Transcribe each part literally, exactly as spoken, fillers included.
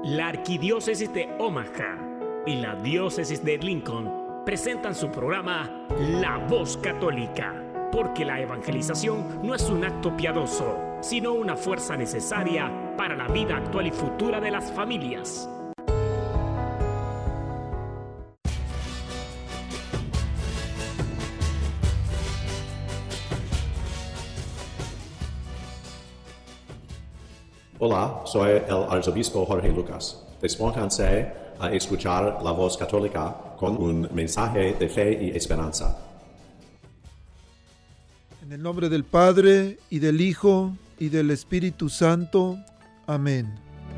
La Arquidiócesis de Omaha y la Diócesis de Lincoln presentan su programa La Voz Católica, porque la evangelización no es un acto piadoso, sino una fuerza necesaria para la vida actual y futura de las familias. Hola, soy el arzobispo Jorge Lucas. Despónganse a escuchar la Voz Católica con un mensaje de fe y esperanza. En el nombre del Padre, y del Hijo, y del Espíritu Santo. Amén.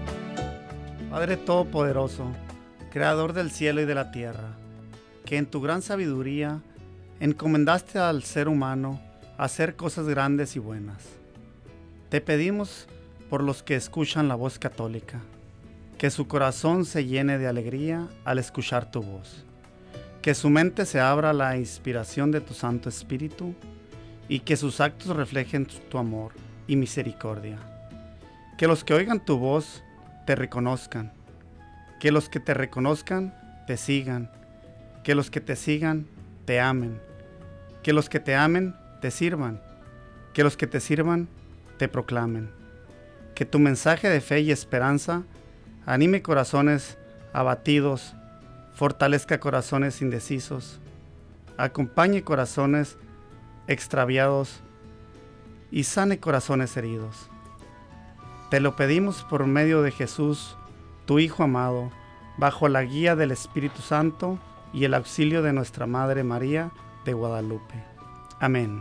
Padre Todopoderoso, Creador del cielo y de la tierra, que en tu gran sabiduría encomendaste al ser humano a hacer cosas grandes y buenas. Te pedimos por los que escuchan la Voz Católica, que su corazón se llene de alegría al escuchar tu voz, que su mente se abra a la inspiración de tu Santo Espíritu y que sus actos reflejen tu amor y misericordia. Que los que oigan tu voz te reconozcan, que los que te reconozcan te sigan, que los que te sigan te amen, que los que te amen te sirvan, que los que te sirvan te proclamen. Que tu mensaje de fe y esperanza anime corazones abatidos, fortalezca corazones indecisos, acompañe corazones extraviados y sane corazones heridos. Te lo pedimos por medio de Jesús, tu Hijo amado, bajo la guía del Espíritu Santo y el auxilio de nuestra Madre María de Guadalupe. Amén.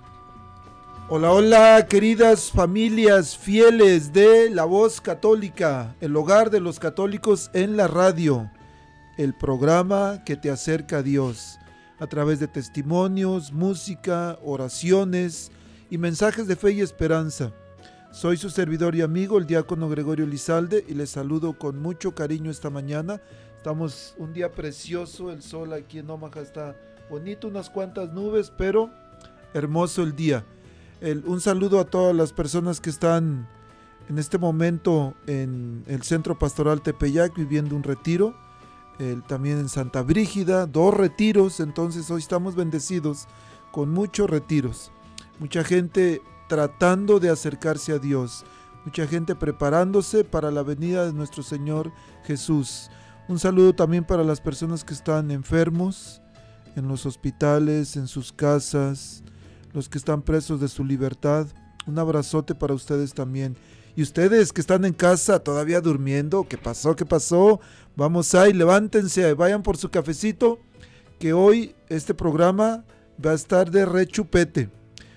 Hola, hola, queridas familias fieles de La Voz Católica, el hogar de los católicos en la radio, el programa que te acerca a Dios a través de testimonios, música, oraciones y mensajes de fe y esperanza. Soy su servidor y amigo, el diácono Gregorio Lizalde, y les saludo con mucho cariño esta mañana. Estamos un día precioso, el sol aquí en Omaha está bonito, unas cuantas nubes, pero hermoso el día. El, un saludo a todas las personas que están en este momento en el Centro Pastoral Tepeyac viviendo un retiro, el, también en Santa Brígida, dos retiros, entonces hoy estamos bendecidos con muchos retiros, mucha gente tratando de acercarse a Dios, mucha gente preparándose para la venida de nuestro Señor Jesús. Un saludo también para las personas que están enfermos, en los hospitales, en sus casas, los que están presos de su libertad. Un abrazote para ustedes también. Y ustedes que están en casa todavía durmiendo, ¿qué pasó? ¿Qué pasó? Vamos ahí, levántense, vayan por su cafecito, que hoy este programa va a estar de rechupete.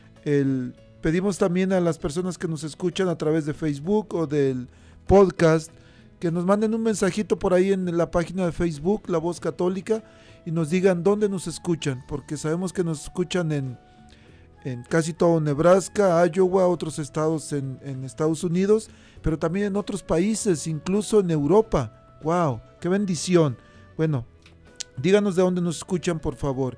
El, pedimos también a las personas que nos escuchan a través de Facebook o del podcast, que nos manden un mensajito por ahí en la página de Facebook, La Voz Católica, y nos digan dónde nos escuchan, porque sabemos que nos escuchan en en casi todo Nebraska, Iowa, otros estados en, en Estados Unidos, pero también en otros países, incluso en Europa. ¡Wow! ¡Qué bendición! Bueno, díganos de dónde nos escuchan, por favor.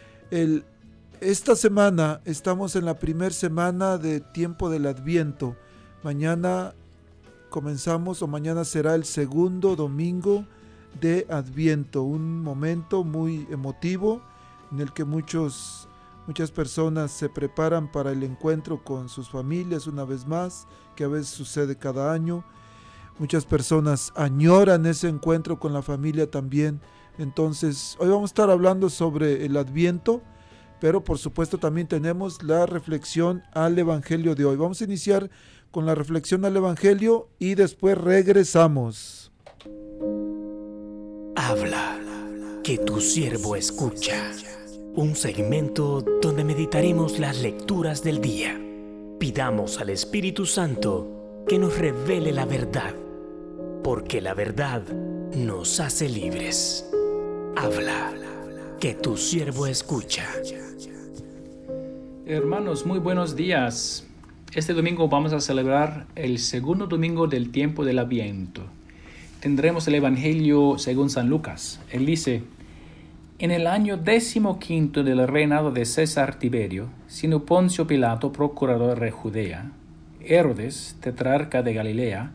El, esta semana estamos en la primera semana de tiempo del Adviento. Mañana comenzamos, o mañana será el segundo domingo de Adviento, un momento muy emotivo en el que muchos... Muchas personas se preparan para el encuentro con sus familias una vez más, que a veces sucede cada año. Muchas personas añoran ese encuentro con la familia también. Entonces, hoy vamos a estar hablando sobre el Adviento, pero por supuesto también tenemos la reflexión al Evangelio de hoy. Vamos a iniciar con la reflexión al Evangelio y después regresamos. Habla, que tu siervo escucha. Un segmento donde meditaremos las lecturas del día. Pidamos al Espíritu Santo que nos revele la verdad, porque la verdad nos hace libres. Habla, que tu siervo escucha. Hermanos, muy buenos días. Este domingo vamos a celebrar el segundo domingo del tiempo del Adviento. Tendremos el Evangelio según San Lucas. Él dice: En el año décimo quinto del reinado de César Tiberio, siendo Poncio Pilato procurador de Judea, Herodes, tetrarca de Galilea,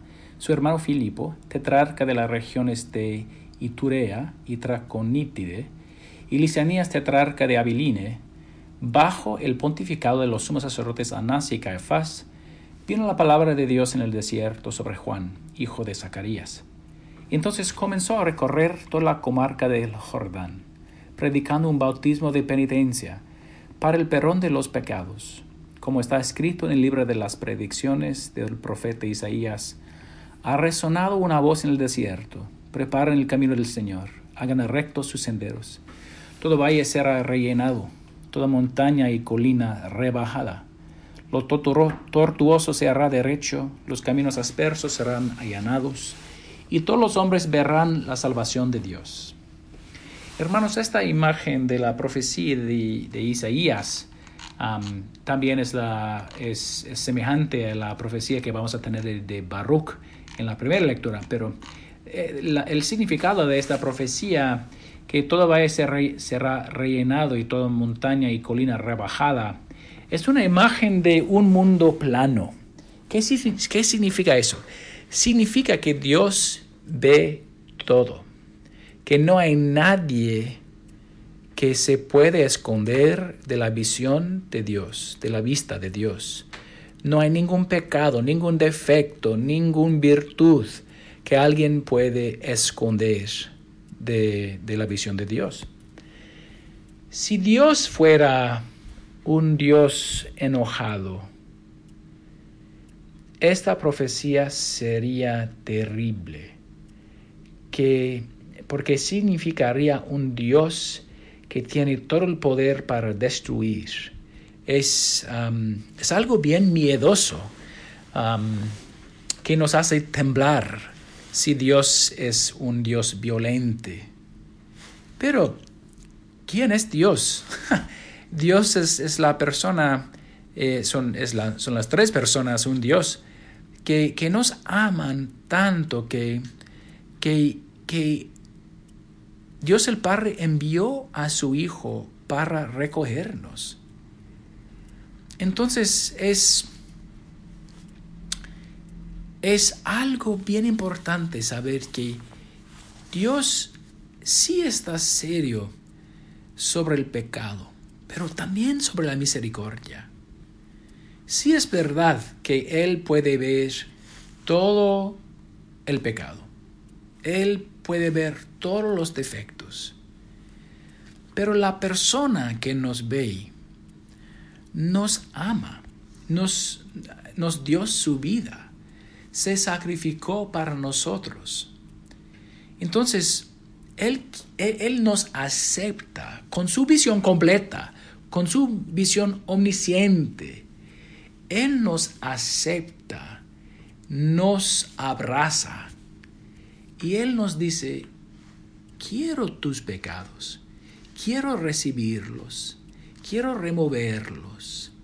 su hermano Filipo, tetrarca de las regiones de Iturea y Traconítide, y Lisanias, tetrarca de Abiline, bajo el pontificado de los sumos sacerdotes Anás y Caifás, vino la palabra de Dios en el desierto sobre Juan, hijo de Zacarías. Entonces comenzó a recorrer toda la comarca del Jordán, predicando un bautismo de penitencia para el perdón de los pecados, como está escrito en el libro de las predicciones del profeta Isaías. Ha resonado una voz en el desierto: preparen el camino del Señor, hagan rectos sus senderos. Todo valle será rellenado, toda montaña y colina rebajada. Lo tortuoso se hará derecho, los caminos aspersos serán allanados, y todos los hombres verán la salvación de Dios. Hermanos, esta imagen de la profecía de, de Isaías um, también es, la, es, es semejante a la profecía que vamos a tener de, de Baruch en la primera lectura, pero eh, la, el significado de esta profecía, que todo valle será rellenado y toda montaña y colina rebajada, es una imagen de un mundo plano. ¿Qué, qué significa eso? Significa que Dios ve todo, que no hay nadie que se puede esconder de la visión de Dios, de la vista de Dios. No hay ningún pecado, ningún defecto, ninguna virtud que alguien puede esconder de, de la visión de Dios. Si Dios fuera un Dios enojado, esta profecía sería terrible, que, porque significaría un Dios que tiene todo el poder para destruir. Es, um, es algo bien miedoso, um, que nos hace temblar si Dios es un Dios violento. Pero, ¿quién es Dios? Dios es, es la persona, eh, son, es la, son las tres personas, un Dios, que, que nos aman tanto que, que, que Dios el Padre envió a su Hijo para recogernos. Entonces es, es algo bien importante saber que Dios sí está serio sobre el pecado, pero también sobre la misericordia. Sí es verdad que Él puede ver todo el pecado. Él puede ver todos los defectos. Pero la persona que nos ve nos ama, nos, nos dio su vida, se sacrificó para nosotros. Entonces, Él, él, él nos acepta con su visión completa, con su visión omnisciente. Él nos acepta, nos abraza y Él nos dice: quiero tus pecados, quiero recibirlos, quiero removerlos.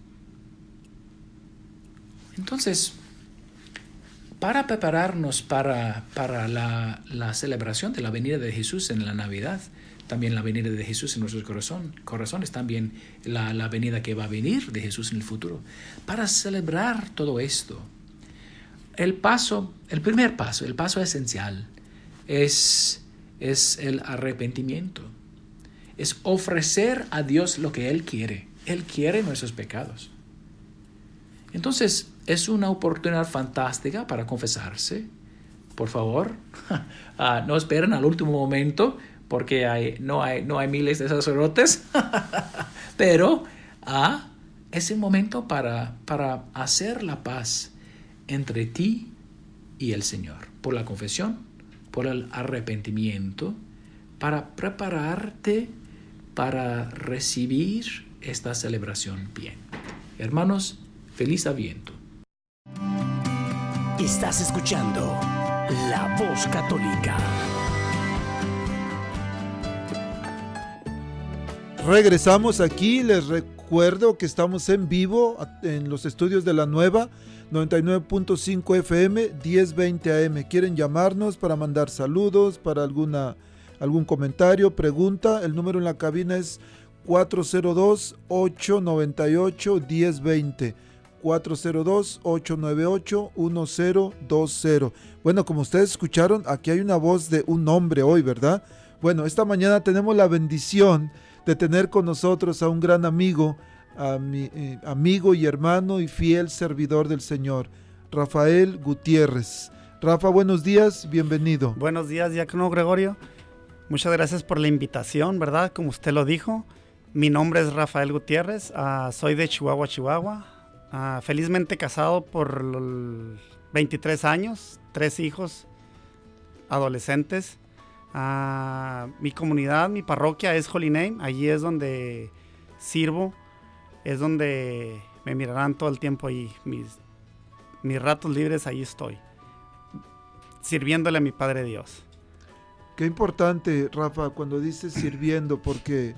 Entonces, para prepararnos para, para la, la celebración de la venida de Jesús en la Navidad, también la venida de Jesús en nuestros corazón, corazones, también la, la venida que va a venir de Jesús en el futuro. Para celebrar todo esto, el paso, el primer paso, el paso esencial es, es el arrepentimiento. Es ofrecer a Dios lo que Él quiere. Él quiere nuestros pecados. Entonces, es una oportunidad fantástica para confesarse. Por favor, uh, no esperen al último momento, porque hay, no, hay, no hay miles de sacerdotes, pero uh, es el momento para, para hacer la paz entre ti y el Señor, por la confesión, por el arrepentimiento, para prepararte para recibir esta celebración bien. Hermanos, feliz Adviento. Estás escuchando La Voz Católica. Regresamos aquí, les recuerdo que estamos en vivo en los estudios de la Nueva, noventa y nueve punto cinco F M, diez veinte A M. ¿Quieren llamarnos para mandar saludos, para alguna, algún comentario, pregunta? El número en la cabina es cuatro cero dos, ocho nueve ocho, uno cero dos cero. cuatro cero dos, ocho nueve ocho, uno cero dos cero. Bueno, como ustedes escucharon, aquí hay una voz de un hombre hoy, ¿verdad? Bueno, esta mañana tenemos la bendición de tener con nosotros a un gran amigo, a mi eh, amigo y hermano y fiel servidor del Señor, Rafael Gutiérrez. Rafa, buenos días, bienvenido. Buenos días, diácono Gregorio. Muchas gracias por la invitación, ¿verdad? Como usted lo dijo, mi nombre es Rafael Gutiérrez, uh, soy de Chihuahua, Chihuahua. Uh, felizmente casado por veintitrés años, tres hijos adolescentes. Uh, mi comunidad, mi parroquia es Holy Name, allí es donde sirvo, es donde me mirarán todo el tiempo ahí, mis, mis ratos libres, ahí estoy, sirviéndole a mi Padre Dios. Qué importante, Rafa, cuando dices sirviendo, porque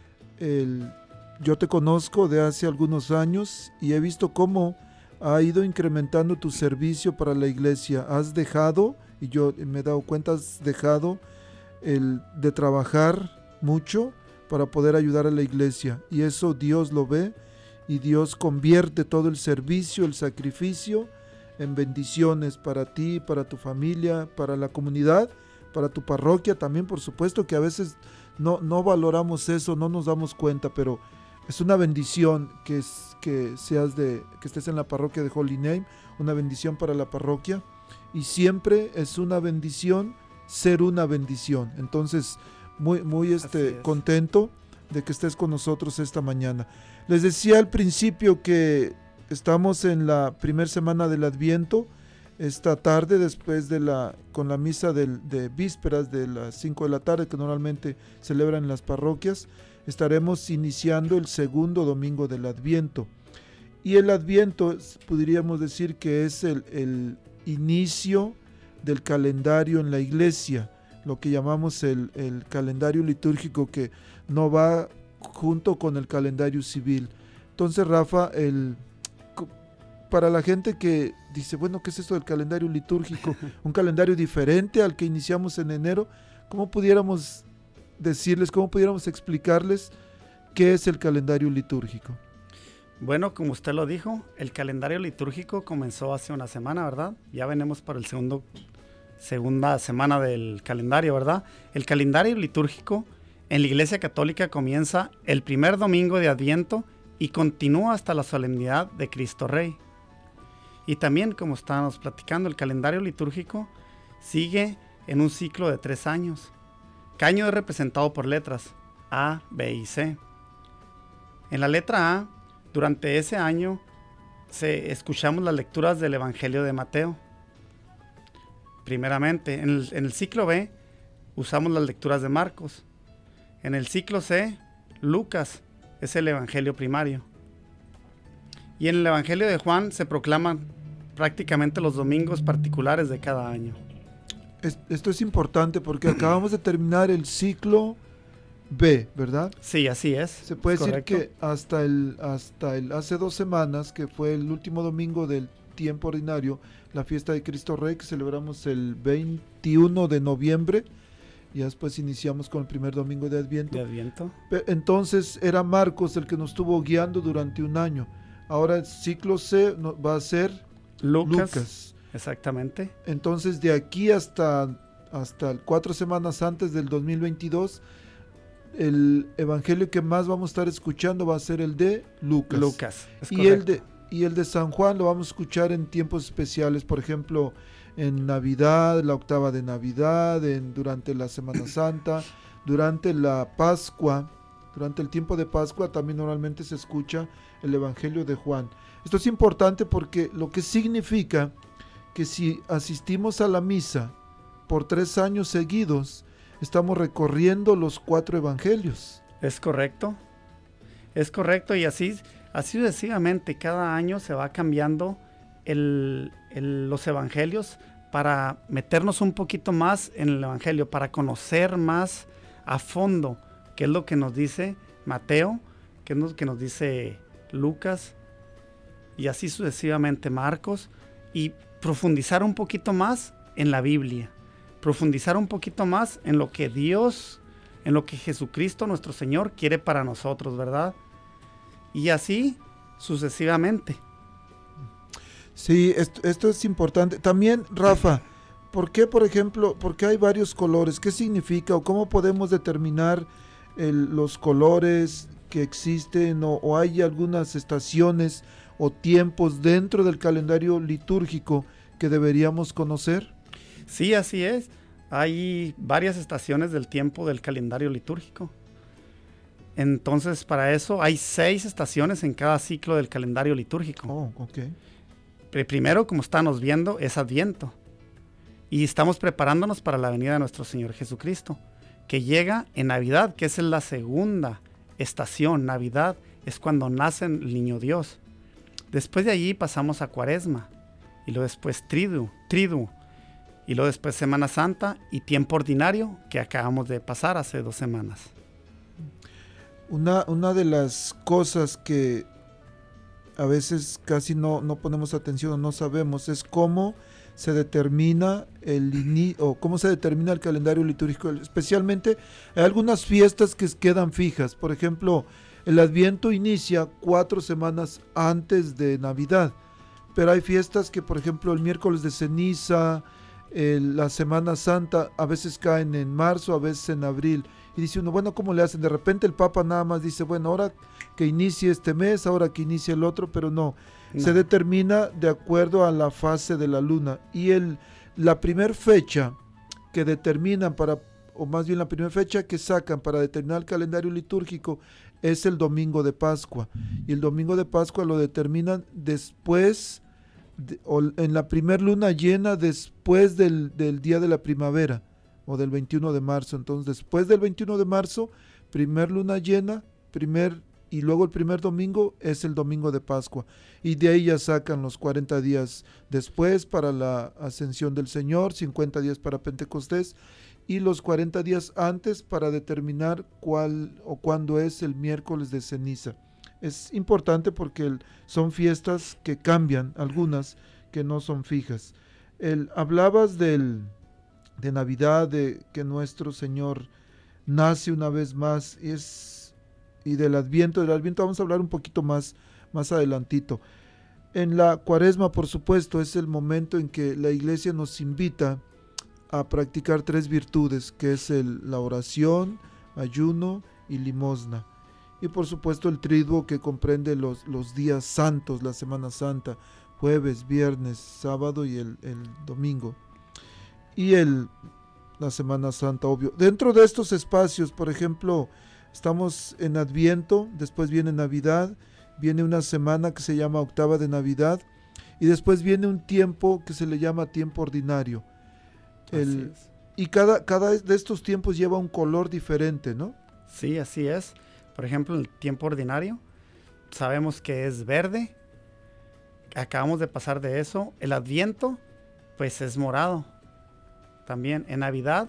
el, yo te conozco de hace algunos años y he visto cómo ha ido incrementando tu servicio para la iglesia. Has dejado, y yo me he dado cuenta, has dejado el de trabajar mucho para poder ayudar a la iglesia, y eso Dios lo ve y Dios convierte todo el servicio, el sacrificio en bendiciones para ti, para tu familia, para la comunidad, para tu parroquia también, por supuesto que a veces no, no valoramos eso, no nos damos cuenta, pero es una bendición que, es, que, seas de, que estés en la parroquia de Holy Name, una bendición para la parroquia, y siempre es una bendición ser una bendición. Entonces, muy, muy este, contento de que estés con nosotros esta mañana. Les decía al principio que estamos en la primera semana del Adviento. Esta tarde, después de la, con la misa de, de vísperas de las cinco de la tarde, que normalmente celebran en las parroquias, estaremos iniciando el segundo domingo del Adviento. Y el Adviento, podríamos decir que es el, el inicio del calendario en la iglesia, lo que llamamos el, el calendario litúrgico, que no va junto con el calendario civil. Entonces, Rafa, el, para la gente que dice, bueno, ¿qué es esto del calendario litúrgico? Un calendario diferente al que iniciamos en enero. ¿Cómo pudiéramos decirles, cómo pudiéramos explicarles qué es el calendario litúrgico? Bueno, como usted lo dijo, el calendario litúrgico comenzó hace una semana, ¿verdad? Ya venimos para el segundo segunda semana del calendario, ¿verdad? El calendario litúrgico en la Iglesia Católica comienza el primer domingo de Adviento y continúa hasta la solemnidad de Cristo Rey. Y también, como estábamos platicando, el calendario litúrgico sigue en un ciclo de tres años. Cada año es representado por letras A, B y C. En la letra A, durante ese año, se, escuchamos las lecturas del Evangelio de Mateo. Primeramente, en el, en el ciclo B, usamos las lecturas de Marcos. En el ciclo C, Lucas, es el Evangelio primario. Y en el Evangelio de Juan se proclaman prácticamente los domingos particulares de cada año. Esto es importante porque acabamos de terminar el ciclo B, ¿verdad? Sí, así es. Se puede decir correcto. que hasta el, hasta el hace dos semanas, que fue el último domingo del tiempo ordinario, la fiesta de Cristo Rey, que celebramos el veintiuno de noviembre, y después iniciamos con el primer domingo de Adviento. ¿De Adviento? Entonces era Marcos el que nos estuvo guiando durante un año. Ahora el ciclo C va a ser Lucas. Lucas. Exactamente. Entonces de aquí hasta, hasta cuatro semanas antes del dos mil veintidós, el evangelio que más vamos a estar escuchando va a ser el de Lucas. Lucas, es y el de y el de San Juan lo vamos a escuchar en tiempos especiales, por ejemplo, en Navidad, la octava de Navidad, en, durante la Semana Santa, durante la Pascua, durante el tiempo de Pascua también normalmente se escucha el evangelio de Juan. Esto es importante porque lo que significa que si asistimos a la misa por tres años seguidos, estamos recorriendo los cuatro evangelios. Es correcto, es correcto, y así, así sucesivamente cada año se va cambiando el, el, los evangelios para meternos un poquito más en el evangelio, para conocer más a fondo qué es lo que nos dice Mateo, qué es lo que nos dice Lucas, y así sucesivamente Marcos, y profundizar un poquito más en la Biblia, profundizar un poquito más en lo que Dios, en lo que Jesucristo nuestro Señor quiere para nosotros, ¿verdad? Y así sucesivamente. Sí, esto, esto es importante. También, Rafa, ¿por qué, por ejemplo, por qué hay varios colores? ¿Qué significa o cómo podemos determinar el, los colores que existen o, o hay algunas estaciones o tiempos dentro del calendario litúrgico que deberíamos conocer? Sí, así es. Hay varias estaciones del tiempo del calendario litúrgico. Entonces, para eso hay seis estaciones en cada ciclo del calendario litúrgico. Oh, ok. Primero, como estamos viendo, es Adviento. Y estamos preparándonos para la venida de nuestro Señor Jesucristo, que llega en Navidad, que es la segunda estación. Navidad es cuando nace el niño Dios. Después de allí pasamos a Cuaresma, y luego después Triduo, Triduo, y luego después Semana Santa y tiempo ordinario, que acabamos de pasar hace dos semanas. Una, una de las cosas que a veces casi no, no ponemos atención o no sabemos es cómo se determina el ini- o cómo se determina el calendario litúrgico. Especialmente hay algunas fiestas que quedan fijas. Por ejemplo, el Adviento inicia cuatro semanas antes de Navidad, pero hay fiestas que, por ejemplo, el miércoles de ceniza, el, la Semana Santa, a veces caen en marzo, a veces en abril. Y dice uno, bueno, ¿cómo le hacen? De repente el Papa nada más dice, bueno, ahora que inicie este mes, ahora que inicie el otro, pero no. no. Se determina de acuerdo a la fase de la luna. Y el, la primer fecha que determinan para, o más bien la primera fecha que sacan para determinar el calendario litúrgico es el domingo de Pascua. Y el domingo de Pascua lo determinan después, de, o en la primer luna llena después del, del día de la primavera, o del veintiuno de marzo. Entonces, después del veintiuno de marzo, primer luna llena, primer y luego el primer domingo es el domingo de Pascua. Y de ahí ya sacan los cuarenta días después para la ascensión del Señor, cincuenta días para Pentecostés y los cuarenta días antes para determinar cuál o cuándo es el miércoles de ceniza. Es importante porque el, son fiestas que cambian, algunas que no son fijas. El, hablabas del de Navidad, de que nuestro Señor nace una vez más, y, es, y del Adviento, del Adviento vamos a hablar un poquito más, más adelantito. En la Cuaresma, por supuesto, es el momento en que la Iglesia nos invita a practicar tres virtudes, que es el, la oración, ayuno y limosna. Y por supuesto el Triduo, que comprende los, los días santos, la Semana Santa, jueves, viernes, sábado y el, el domingo. Y el, la Semana Santa, obvio. Dentro de estos espacios, por ejemplo, estamos en Adviento, después viene Navidad, viene una semana que se llama Octava de Navidad, y después viene un tiempo que se le llama tiempo ordinario. El, y cada, cada de estos tiempos lleva un color diferente, ¿no? Sí, así es. Por ejemplo, el tiempo ordinario, sabemos que es verde, acabamos de pasar de eso. El Adviento, pues es morado. También en Navidad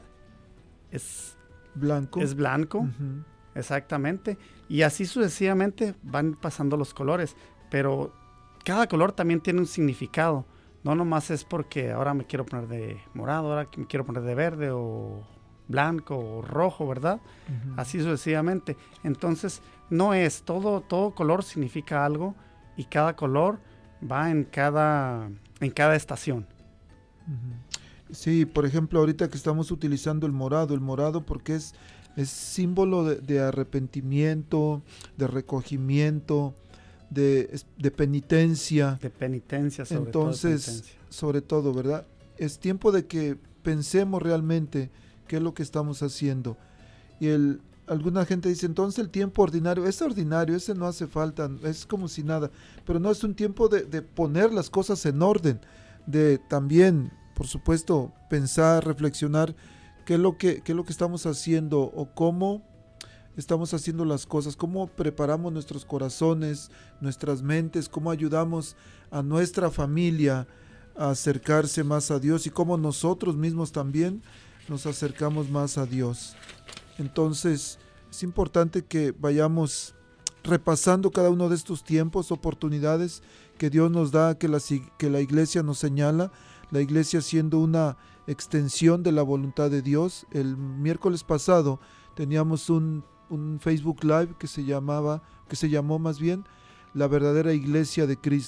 es blanco. Es blanco, uh-huh. Exactamente. Y así sucesivamente van pasando los colores. Pero cada color también tiene un significado. No nomás es porque ahora me quiero poner de morado, ahora me quiero poner de verde o blanco o rojo, ¿verdad? Uh-huh. Así sucesivamente. Entonces, no es, todo, todo color significa algo y cada color va en cada, en cada estación. Uh-huh. Sí, por ejemplo, ahorita que estamos utilizando el morado, el morado porque es, es símbolo de, de arrepentimiento, de recogimiento, de, de penitencia. De penitencia, sobre Entonces, todo. Entonces, sobre todo, ¿verdad? Es tiempo de que pensemos realmente qué es lo que estamos haciendo. Y el, alguna gente dice, entonces el tiempo ordinario, es ordinario, ese no hace falta, es como si nada. Pero no, es un tiempo de, de poner las cosas en orden, de también... por supuesto, pensar, reflexionar qué es lo que, qué es lo que estamos haciendo o cómo estamos haciendo las cosas, cómo preparamos nuestros corazones, nuestras mentes, cómo ayudamos a nuestra familia a acercarse más a Dios y cómo nosotros mismos también nos acercamos más a Dios. Entonces, es importante que vayamos repasando cada uno de estos tiempos, oportunidades que Dios nos da, que la, que la iglesia nos señala, la iglesia siendo una extensión de la voluntad de Dios. El miércoles pasado teníamos un, un Facebook Live que se llamaba, que se llamó más bien La verdadera iglesia de Cristo.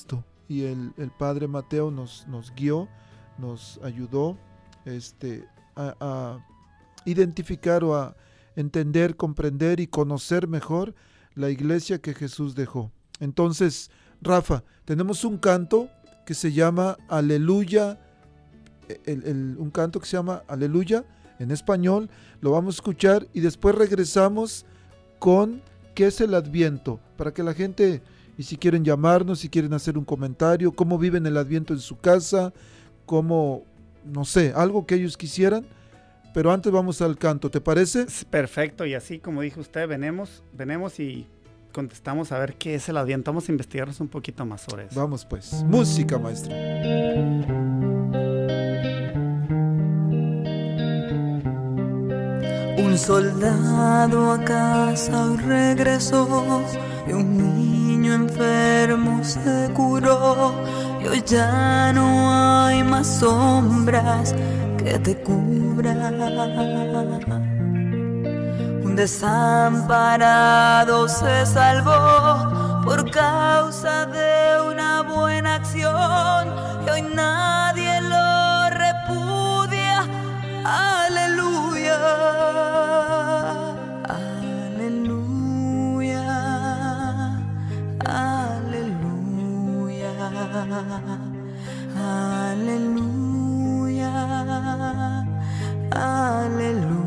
y el, el Padre Mateo nos, nos guió, nos ayudó este, a, a identificar o a entender, comprender y conocer mejor la iglesia que Jesús dejó. Entonces, Rafa, tenemos un canto que se llama Aleluya, el, el, un canto que se llama Aleluya en español, lo vamos a escuchar y después regresamos con ¿qué es el Adviento? Para que la gente, y si quieren llamarnos, si quieren hacer un comentario, cómo viven el Adviento en su casa, cómo, no sé, algo que ellos quisieran, pero antes vamos al canto, ¿te parece? Perfecto, y así como dijo usted, venemos, venemos y contestamos a ver qué es el Adviento. Vamos a investigarnos un poquito más sobre eso. Vamos pues, música, maestro. Un soldado a casa hoy regresó y un niño enfermo se curó y hoy ya no hay más sombras que te cubran. Un desamparado se salvó por causa de una buena acción y hoy nadie lo repudia. Aleluya, aleluya, aleluya, aleluya, aleluya.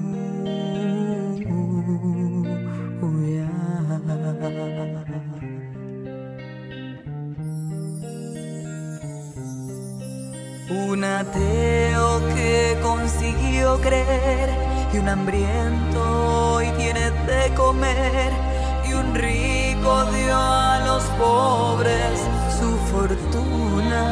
Un ateo que consiguió creer y un hambriento hoy tiene de comer y un rico dio a los pobres su fortuna.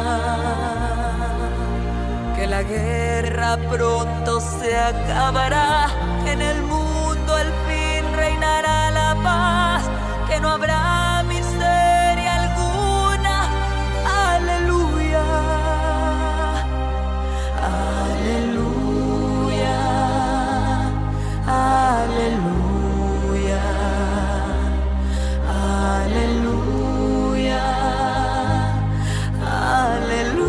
Que la guerra pronto se acabará, que en el mundo al fin reinará la paz, que no habrá miseria alguna. Aleluya, aleluya, aleluya, aleluya, aleluya.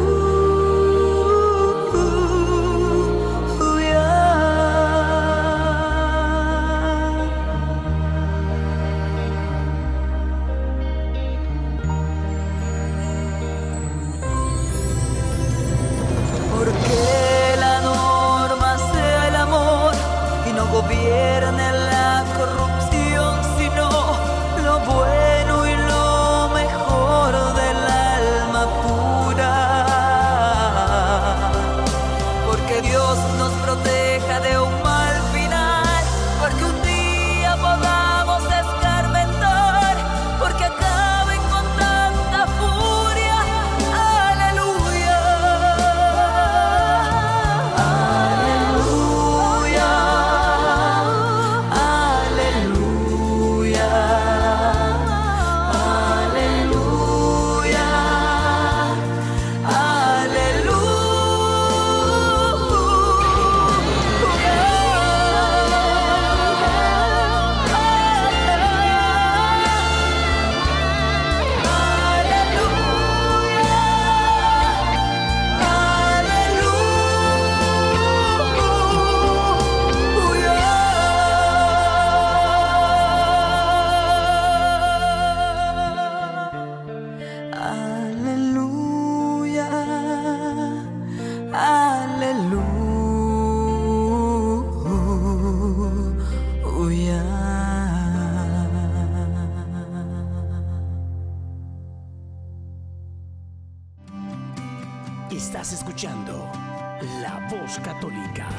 Gobierne la corrupción, sino lo bueno y lo mejor del alma pura. Porque Dios nos proteja de un mal final, porque un día podamos escarmentar, porque acaben con tanta furia. Aleluya, aleluya. Estás escuchando La Voz Católica.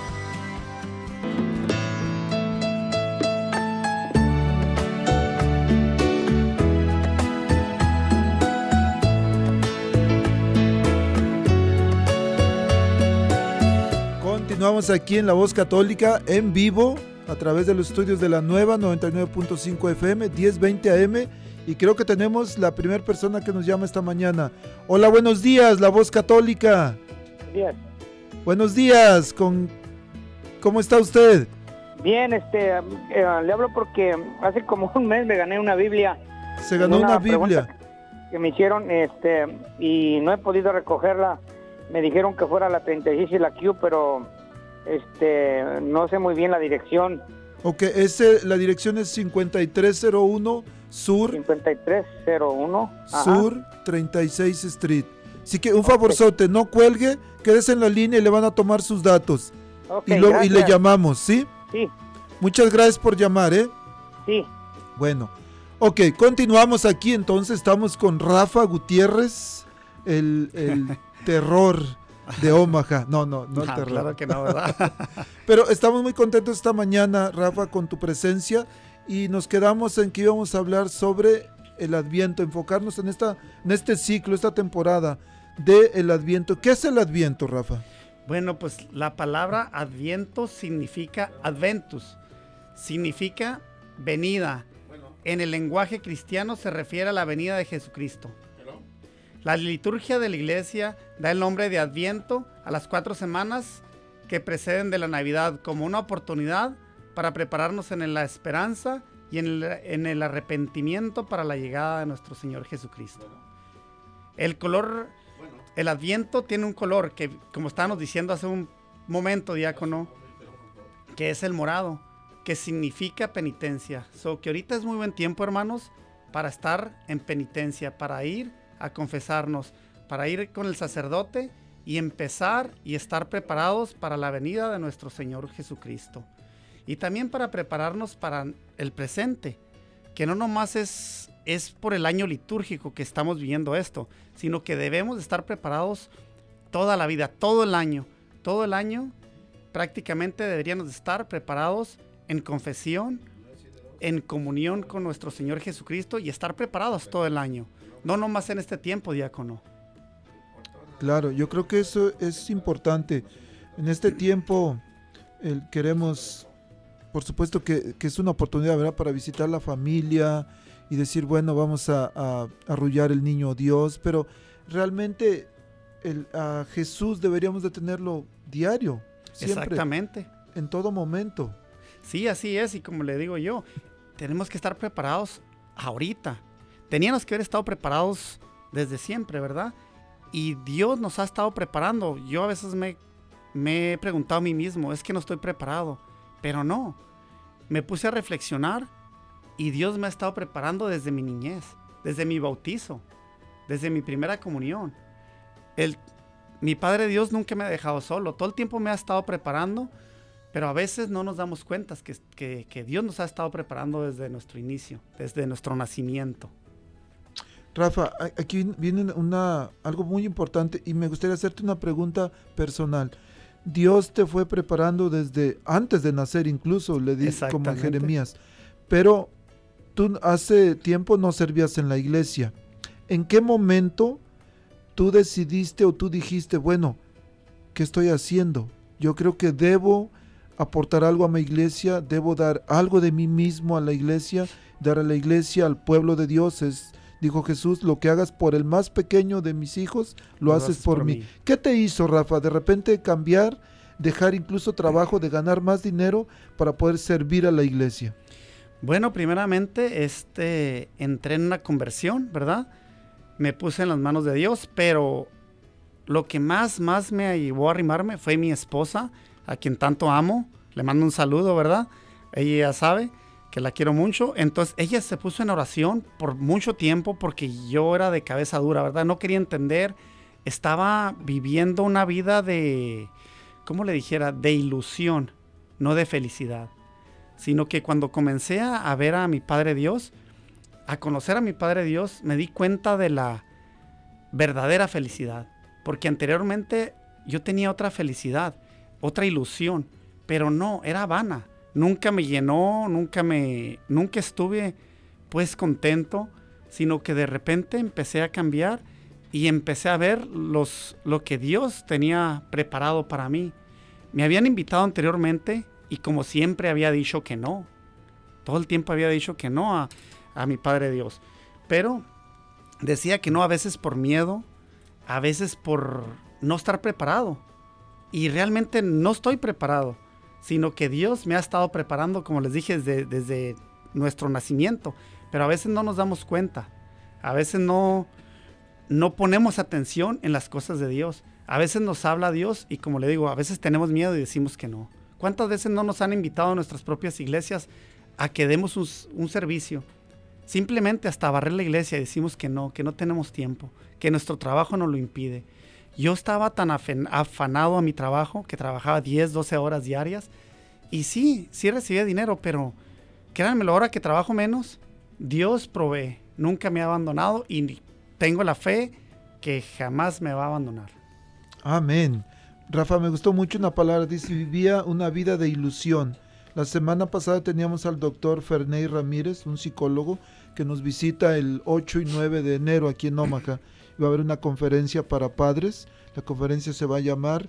Continuamos aquí en La Voz Católica en vivo a través de los estudios de la nueva noventa y nueve punto cinco F M, diez veinte A M. Y creo que tenemos la primera persona que nos llama esta mañana. Hola, buenos días, La Voz Católica. Días. Buenos días, con... ¿cómo está usted? Bien, este, eh, le hablo porque hace como un mes me gané una Biblia. Se ganó una, una Biblia. Pregunta, que me hicieron, este, y no he podido recogerla. Me dijeron que fuera la treinta y seis y la Q, pero este, no sé muy bien la dirección. Ok, ese, la dirección es cincuenta y tres cero uno Sur, cincuenta y tres cero uno Sur treinta y seis Street. Así que un favorzote, no cuelgue, quédese en la línea y le van a tomar sus datos. Okay, y, lo, y le gracias. llamamos, ¿sí? Sí, Muchas gracias por llamar, ¿eh? sí. Bueno, ok, continuamos aquí entonces, estamos con Rafa Gutiérrez, el, el terror de Omaha. No, no, no el Ah, terror. claro que no, ¿verdad? Pero estamos muy contentos esta mañana, Rafa, con tu presencia, y nos quedamos en que íbamos a hablar sobre el Adviento, enfocarnos en, esta, en este ciclo, esta temporada del Adviento. ¿Qué es el Adviento, Rafa? Bueno, pues la palabra Adviento significa Adventus, significa venida. En el lenguaje cristiano se refiere a la venida de Jesucristo. La liturgia de la iglesia da el nombre de Adviento a las cuatro semanas que preceden de la Navidad como una oportunidad para prepararnos en la esperanza y en el, en el arrepentimiento para la llegada de nuestro Señor Jesucristo. El color, el Adviento tiene un color que, como estábamos diciendo hace un momento, diácono, que es el morado, que significa penitencia. So, que ahorita es muy buen tiempo, hermanos, para estar en penitencia, para ir a confesarnos, para ir con el sacerdote y empezar y estar preparados para la venida de nuestro Señor Jesucristo. Y también para prepararnos para el presente, que no nomás es, es por el año litúrgico que estamos viviendo esto, sino que debemos estar preparados toda la vida, todo el año. Todo el año prácticamente deberíamos estar preparados en confesión, en comunión con nuestro Señor Jesucristo y estar preparados todo el año. No nomás en este tiempo, diácono. Claro, yo creo que eso es importante. En este tiempo el, queremos, por supuesto que, que es una oportunidad, ¿verdad?, para visitar la familia y decir, bueno, vamos a, a arrullar el niño Dios, pero realmente el, a Jesús deberíamos de tenerlo diario, siempre, Exactamente. en todo momento. Sí, así es, y como le digo yo, tenemos que estar preparados ahorita. Teníamos que haber estado preparados desde siempre, ¿verdad? Y Dios nos ha estado preparando. Yo a veces me, me he preguntado a mí mismo, es que no estoy preparado, pero no. Me puse a reflexionar y Dios me ha estado preparando desde mi niñez, desde mi bautizo, desde mi primera comunión. El, mi Padre Dios nunca me ha dejado solo, todo el tiempo me ha estado preparando, pero a veces no nos damos cuenta que, que, que Dios nos ha estado preparando desde nuestro inicio, desde nuestro nacimiento. Rafa, aquí viene una, algo muy importante y me gustaría hacerte una pregunta personal. Dios te fue preparando desde antes de nacer, incluso, le di como en Jeremías, pero tú hace tiempo no servías en la iglesia. ¿En qué momento tú decidiste o tú dijiste, bueno, ¿qué estoy haciendo? Yo creo que debo aportar algo a mi iglesia, debo dar algo de mí mismo a la iglesia, dar a la iglesia, al pueblo de Dios. Es, dijo Jesús, lo que hagas por el más pequeño de mis hijos, lo, lo haces, haces por, por mí. mí. ¿Qué te hizo, Rafa? De repente cambiar, dejar incluso trabajo, de ganar más dinero para poder servir a la iglesia. Bueno, primeramente, este, entré en una conversión, ¿verdad? Me puse en las manos de Dios, pero lo que más, más me llevó a arrimarme fue mi esposa, a quien tanto amo. Le mando un saludo, ¿verdad? Ella ya sabe que la quiero mucho. Entonces, ella se puso en oración por mucho tiempo porque yo era de cabeza dura, ¿verdad? No quería entender. Estaba viviendo una vida de, ¿cómo le dijera? De ilusión, no de felicidad. Sino que cuando comencé a ver a mi Padre Dios, a conocer a mi Padre Dios, me di cuenta de la verdadera felicidad. Porque anteriormente yo tenía otra felicidad, otra ilusión, pero no, era vana. Nunca me llenó, nunca me, nunca estuve pues contento, sino que de repente empecé a cambiar y empecé a ver los, lo que Dios tenía preparado para mí. Me habían invitado anteriormente y como siempre había dicho que no. Todo el tiempo había dicho que no a, a mi Padre Dios. Pero decía que no a veces por miedo, a veces por no estar preparado. Y realmente no estoy preparado, sino que Dios me ha estado preparando, como les dije, desde, desde nuestro nacimiento. Pero a veces no nos damos cuenta. A veces no, no ponemos atención en las cosas de Dios. A veces nos habla Dios y, como le digo, a veces tenemos miedo y decimos que no. ¿Cuántas veces no nos han invitado a nuestras propias iglesias a que demos un, un servicio? Simplemente hasta barrer la iglesia y decimos que no, que no tenemos tiempo, que nuestro trabajo nos lo impide. Yo estaba tan afanado a mi trabajo, que trabajaba diez, doce horas diarias, y sí, sí recibía dinero, pero créanmelo, ahora que trabajo menos, Dios provee, nunca me ha abandonado y tengo la fe que jamás me va a abandonar. Amén. Rafa, me gustó mucho una palabra, dice, vivía una vida de ilusión. La semana pasada teníamos al doctor Ferney Ramírez, un psicólogo, que nos visita el ocho y nueve de enero aquí en Omaha. Va a haber una conferencia para padres. La conferencia se va a llamar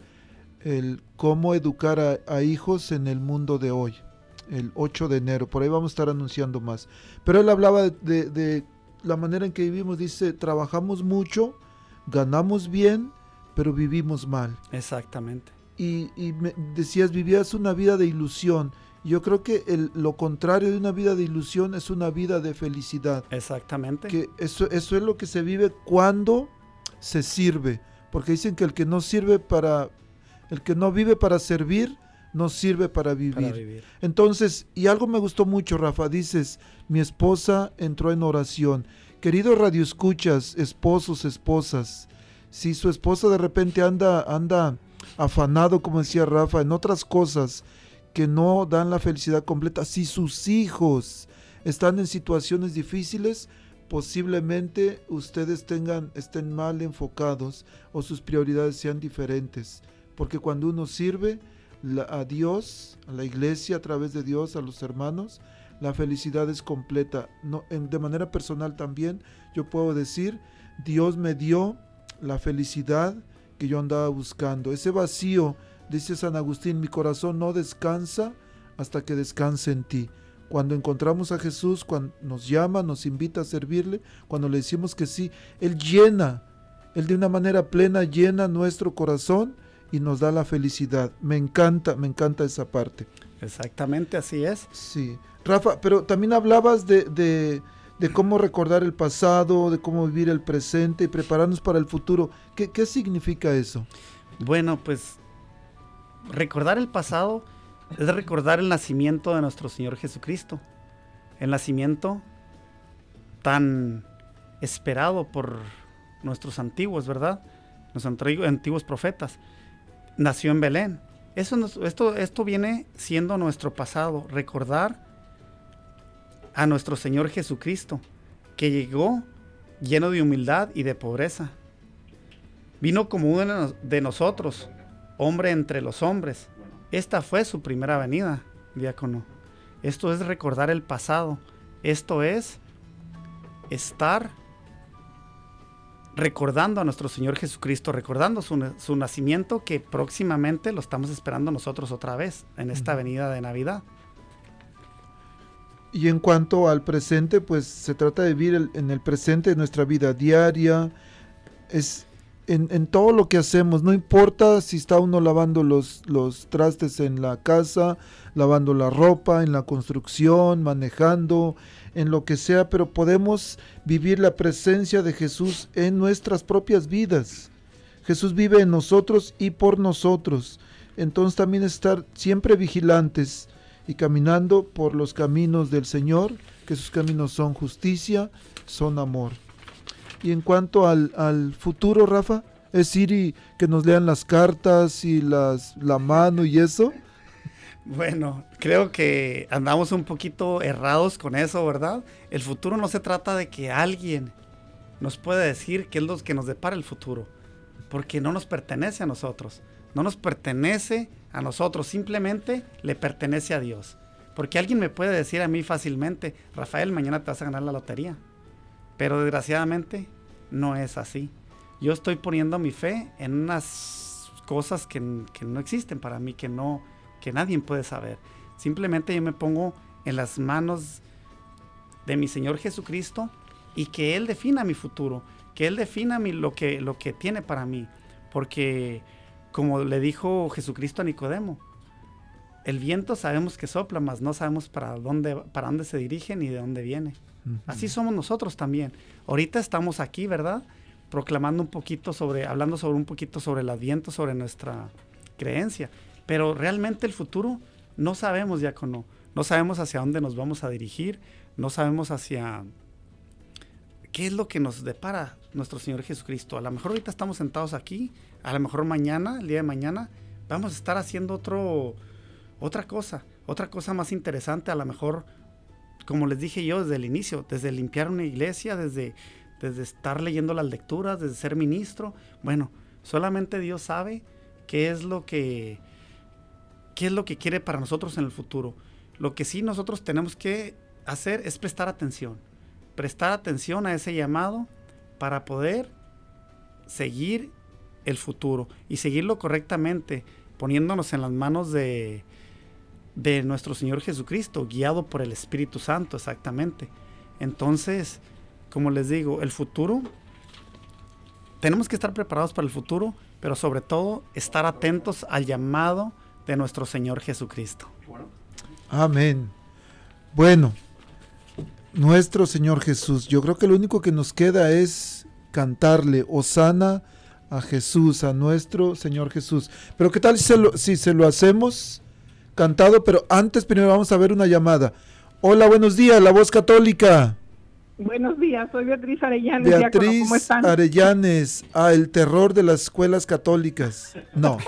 el Cómo educar a, a hijos en el mundo de hoy, el ocho de enero. Por ahí vamos a estar anunciando más. Pero él hablaba de, de, de la manera en que vivimos. Dice, trabajamos mucho, ganamos bien, pero vivimos mal. Exactamente. Y, y me decías, vivías una vida de ilusión. Yo creo que el, lo contrario de una vida de ilusión es una vida de felicidad. Exactamente. Que eso, eso es lo que se vive cuando se sirve. Porque dicen que el que no sirve para, el que no vive para servir, no sirve para vivir. Para vivir. Entonces, y algo me gustó mucho, Rafa, dices, mi esposa entró en oración. Queridos radioescuchas, esposos, esposas, si su esposa de repente anda, anda afanado, como decía Rafa, en otras cosas que no dan la felicidad completa, si sus hijos están en situaciones difíciles, posiblemente ustedes tengan, estén mal enfocados o sus prioridades sean diferentes, porque cuando uno sirve la, a Dios, a la iglesia, a través de Dios, a los hermanos, la felicidad es completa. No, en, de manera personal también yo puedo decir, Dios me dio la felicidad que yo andaba buscando, ese vacío. Dice San Agustín, mi corazón no descansa hasta que descanse en ti. Cuando encontramos a Jesús, cuando nos llama, nos invita a servirle, cuando le decimos que sí, Él llena, Él de una manera plena llena nuestro corazón y nos da la felicidad. Me encanta, me encanta esa parte. Exactamente, así es. Sí. Rafa, pero también hablabas de, de, de cómo recordar el pasado, de cómo vivir el presente y prepararnos para el futuro. ¿Qué, qué significa eso? Bueno, pues recordar el pasado es recordar el nacimiento de nuestro Señor Jesucristo. El nacimiento tan esperado por nuestros antiguos, ¿verdad? Nuestros antiguos profetas. Nació en Belén. Eso, esto, esto viene siendo nuestro pasado. Recordar a nuestro Señor Jesucristo, que llegó lleno de humildad y de pobreza. Vino como uno de nosotros, hombre entre los hombres. Esta fue su primera venida, diácono. Esto es recordar el pasado. Esto es estar recordando a nuestro Señor Jesucristo, recordando su, su nacimiento, que próximamente lo estamos esperando nosotros otra vez en esta venida de Navidad. Y en cuanto al presente, pues se trata de vivir el, en el presente de nuestra vida diaria, es en, en todo lo que hacemos, no importa si está uno lavando los, los trastes en la casa, lavando la ropa, en la construcción, manejando, en lo que sea, pero podemos vivir la presencia de Jesús en nuestras propias vidas. Jesús vive en nosotros y por nosotros. Entonces también estar siempre vigilantes y caminando por los caminos del Señor, que sus caminos son justicia, son amor. Y en cuanto al, al futuro, Rafa, es ir y que nos lean las cartas y las, la mano y eso. Bueno, creo que andamos un poquito errados con eso, ¿verdad? El futuro no se trata de que alguien nos pueda decir qué es lo que nos depara el futuro, porque no nos pertenece a nosotros, no nos pertenece a nosotros, simplemente le pertenece a Dios. Porque alguien me puede decir a mí fácilmente, Rafael, mañana te vas a ganar la lotería, pero desgraciadamente no es así. Yo estoy poniendo mi fe en unas cosas que, que no existen para mí, que no... que nadie puede saber. Simplemente yo me pongo en las manos de mi Señor Jesucristo y que Él defina mi futuro, que Él defina mi, lo, que, lo que tiene para mí. Porque, como le dijo Jesucristo a Nicodemo, el viento sabemos que sopla, mas no sabemos para dónde, para dónde se dirige ni de dónde viene. Uh-huh. Así somos nosotros también. Ahorita estamos aquí, ¿verdad? Proclamando un poquito sobre, hablando sobre un poquito sobre el Adviento, sobre nuestra creencia. Pero realmente el futuro no sabemos, diácono. No sabemos hacia dónde nos vamos a dirigir, no sabemos hacia qué es lo que nos depara nuestro Señor Jesucristo. A lo mejor ahorita estamos sentados aquí, a lo mejor mañana, el día de mañana, vamos a estar haciendo otro, otra cosa, otra cosa más interesante, a lo mejor, como les dije yo desde el inicio, desde limpiar una iglesia, desde, desde estar leyendo las lecturas, desde ser ministro. Bueno, solamente Dios sabe qué es lo que, qué es lo que quiere para nosotros en el futuro. Lo que sí nosotros tenemos que hacer es prestar atención, prestar atención a ese llamado para poder seguir el futuro y seguirlo correctamente, poniéndonos en las manos de, de nuestro Señor Jesucristo, guiado por el Espíritu Santo, exactamente. Entonces, como les digo, el futuro, tenemos que estar preparados para el futuro, pero sobre todo estar atentos al llamado de nuestro Señor Jesucristo. Amén. Bueno, nuestro Señor Jesús, yo creo que lo único que nos queda es cantarle Hosana a Jesús, a nuestro Señor Jesús. Pero ¿qué tal si se lo, si se lo hacemos cantado? Pero antes primero vamos a ver una llamada. Hola, buenos días, La Voz Católica. Buenos días, soy Beatriz Arellanes. Beatriz Diácono, ¿cómo están? Arellanes, ah, el terror de las escuelas católicas. No,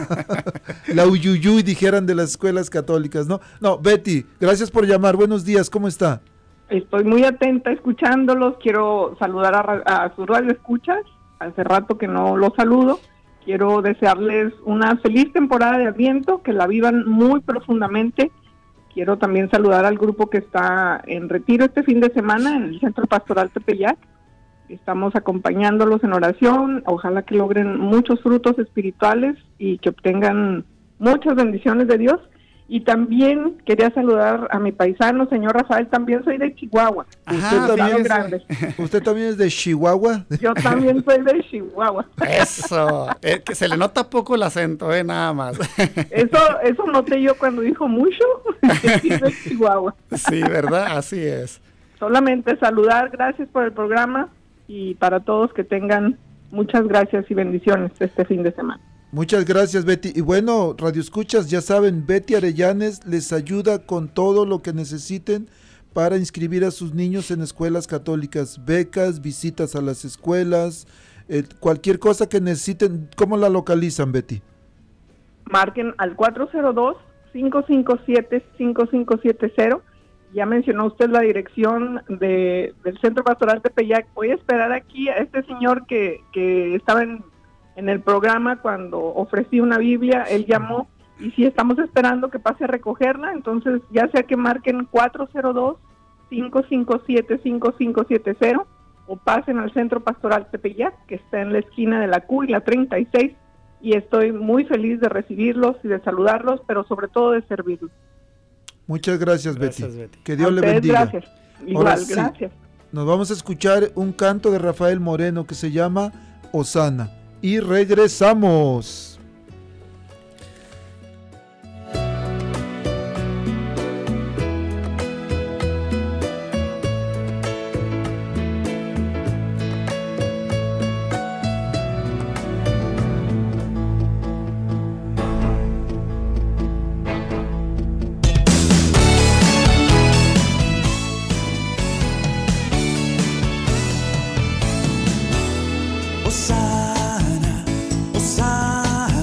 la uyuyuy dijeran de las escuelas católicas, ¿no? No, Betty, gracias por llamar, buenos días, ¿cómo está? Estoy muy atenta escuchándolos, quiero saludar a, a sus radioescuchas, hace rato que no los saludo, quiero desearles una feliz temporada de Adviento, que la vivan muy profundamente. Quiero también saludar al grupo que está en retiro este fin de semana en el Centro Pastoral Tepeyac. Estamos acompañándolos en oración. Ojalá que logren muchos frutos espirituales y que obtengan muchas bendiciones de Dios. Y también quería saludar a mi paisano, señor Rafael. También soy de Chihuahua. Ajá, ¿Usted, también es, ¿Usted también es de Chihuahua? Yo también soy de Chihuahua. Eso, eh, que se le nota poco el acento, eh, nada más. Eso, eso noté yo cuando dijo mucho, que sí de Chihuahua. Sí, ¿verdad? Así es. Solamente saludar, gracias por el programa y para todos que tengan muchas gracias y bendiciones este fin de semana. Muchas gracias, Betty. Y bueno, Radio Escuchas, ya saben, Betty Arellanes les ayuda con todo lo que necesiten para inscribir a sus niños en escuelas católicas, becas, visitas a las escuelas, eh, cualquier cosa que necesiten. ¿Cómo la localizan, Betty? Marquen al cuatro cero dos, cinco cinco siete, cinco cinco siete cero. Ya mencionó usted la dirección de, del Centro Pastoral Tepeyac. Voy a esperar aquí a este señor que, que estaba en... en el programa cuando ofrecí una Biblia, él llamó y sí estamos esperando que pase a recogerla, entonces ya sea que marquen cuatro cero dos, cinco cinco siete, cinco cinco siete cero o pasen al Centro Pastoral Tepeyac, que está en la esquina de la Q y la treinta y seis, y estoy muy feliz de recibirlos y de saludarlos, pero sobre todo de servirlos. Muchas gracias, gracias Betty. Betty. Que Dios a le ustedes, bendiga. Gracias. Igual, Ahora, gracias. Sí, nos vamos a escuchar un canto de Rafael Moreno que se llama Hosana. Y regresamos. Hosana, Hosana.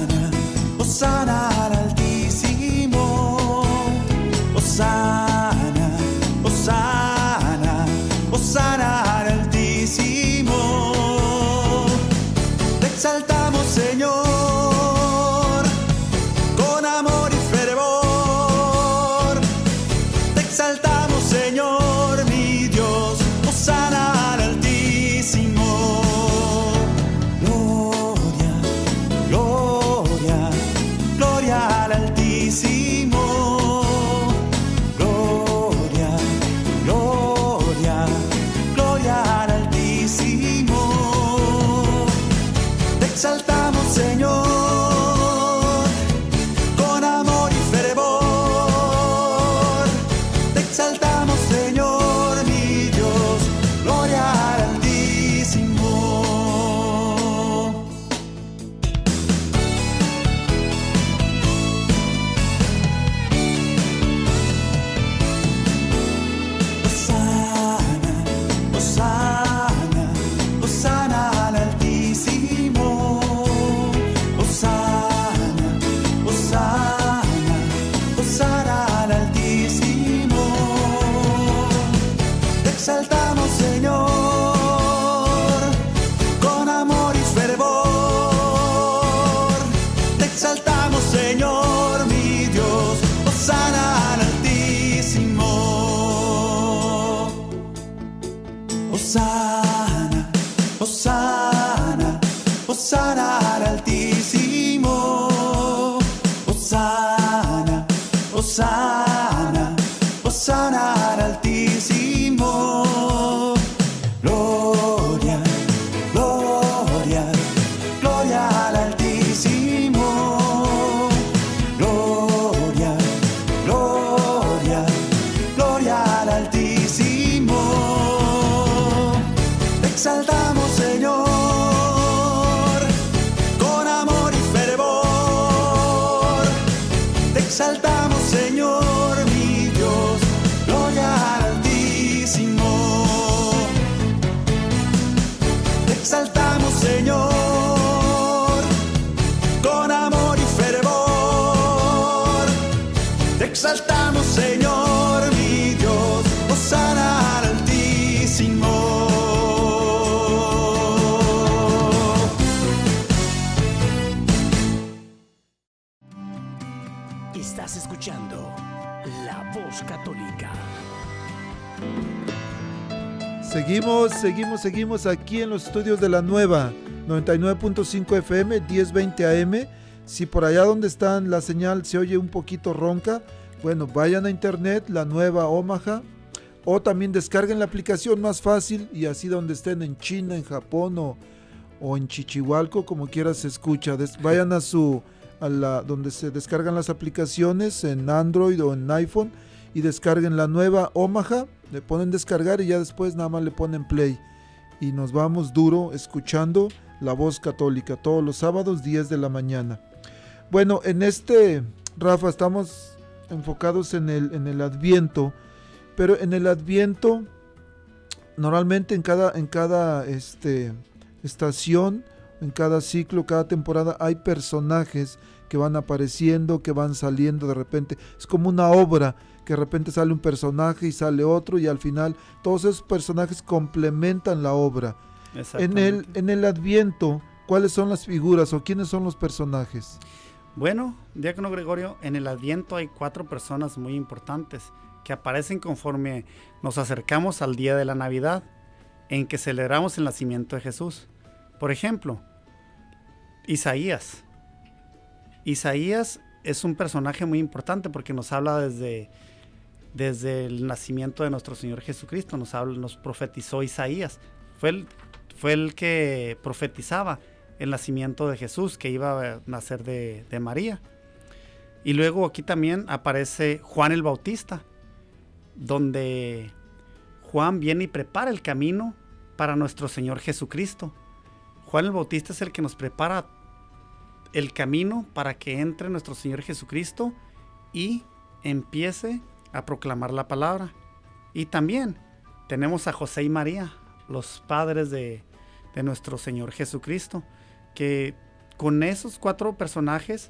Hosana, Hosana al Altísimo. Gloria, gloria, gloria al Altísimo. Gloria, gloria, gloria al Altísimo. Te exaltamos, Señor, con amor y fervor. Te exaltamos, Señor, mi Dios, gloria al Altísimo. Te exaltamos, Señor, con amor y fervor. Te exaltamos, Señor, mi Dios, hosana al Altísimo. Estás escuchando La Voz Católica. Seguimos, seguimos, seguimos aquí en los estudios de La Nueva, noventa y nueve punto cinco F M, diez veinte A M. Si por allá donde están la señal se oye un poquito ronca, bueno, vayan a internet, La Nueva Omaha, o también descarguen la aplicación más fácil y así donde estén, en China, en Japón o, o en Chichihualco, como quiera se escucha. Des, vayan a su, a la, donde se descargan las aplicaciones en Android o en iPhone y descarguen La Nueva Omaha, le ponen descargar y ya después nada más le ponen play. Y nos vamos duro escuchando La Voz Católica todos los sábados, diez de la mañana. Bueno, en este, Rafa, estamos enfocados en el, en el Adviento, pero en el Adviento, normalmente en cada, en cada este, estación, en cada ciclo, cada temporada, hay personajes que van apareciendo, que van saliendo de repente. Es como una obra, que de repente sale un personaje y sale otro, y al final todos esos personajes complementan la obra. En el, en el Adviento, ¿cuáles son las figuras o quiénes son los personajes? Bueno, Diácono Gregorio, en el Adviento hay cuatro personas muy importantes que aparecen conforme nos acercamos al día de la Navidad, en que celebramos el nacimiento de Jesús. Por ejemplo, Isaías. Isaías es un personaje muy importante porque nos habla desde, desde el nacimiento de nuestro Señor Jesucristo, nos, habla, nos profetizó Isaías. Fue el, fue el que profetizaba el nacimiento de Jesús, que iba a nacer de, de María. Y luego aquí también aparece Juan el Bautista, donde Juan viene y prepara el camino para nuestro Señor Jesucristo. Juan el Bautista es el que nos prepara el camino para que entre nuestro Señor Jesucristo y empiece a proclamar la palabra. Y también tenemos a José y María, los padres de, de nuestro Señor Jesucristo, que con esos cuatro personajes,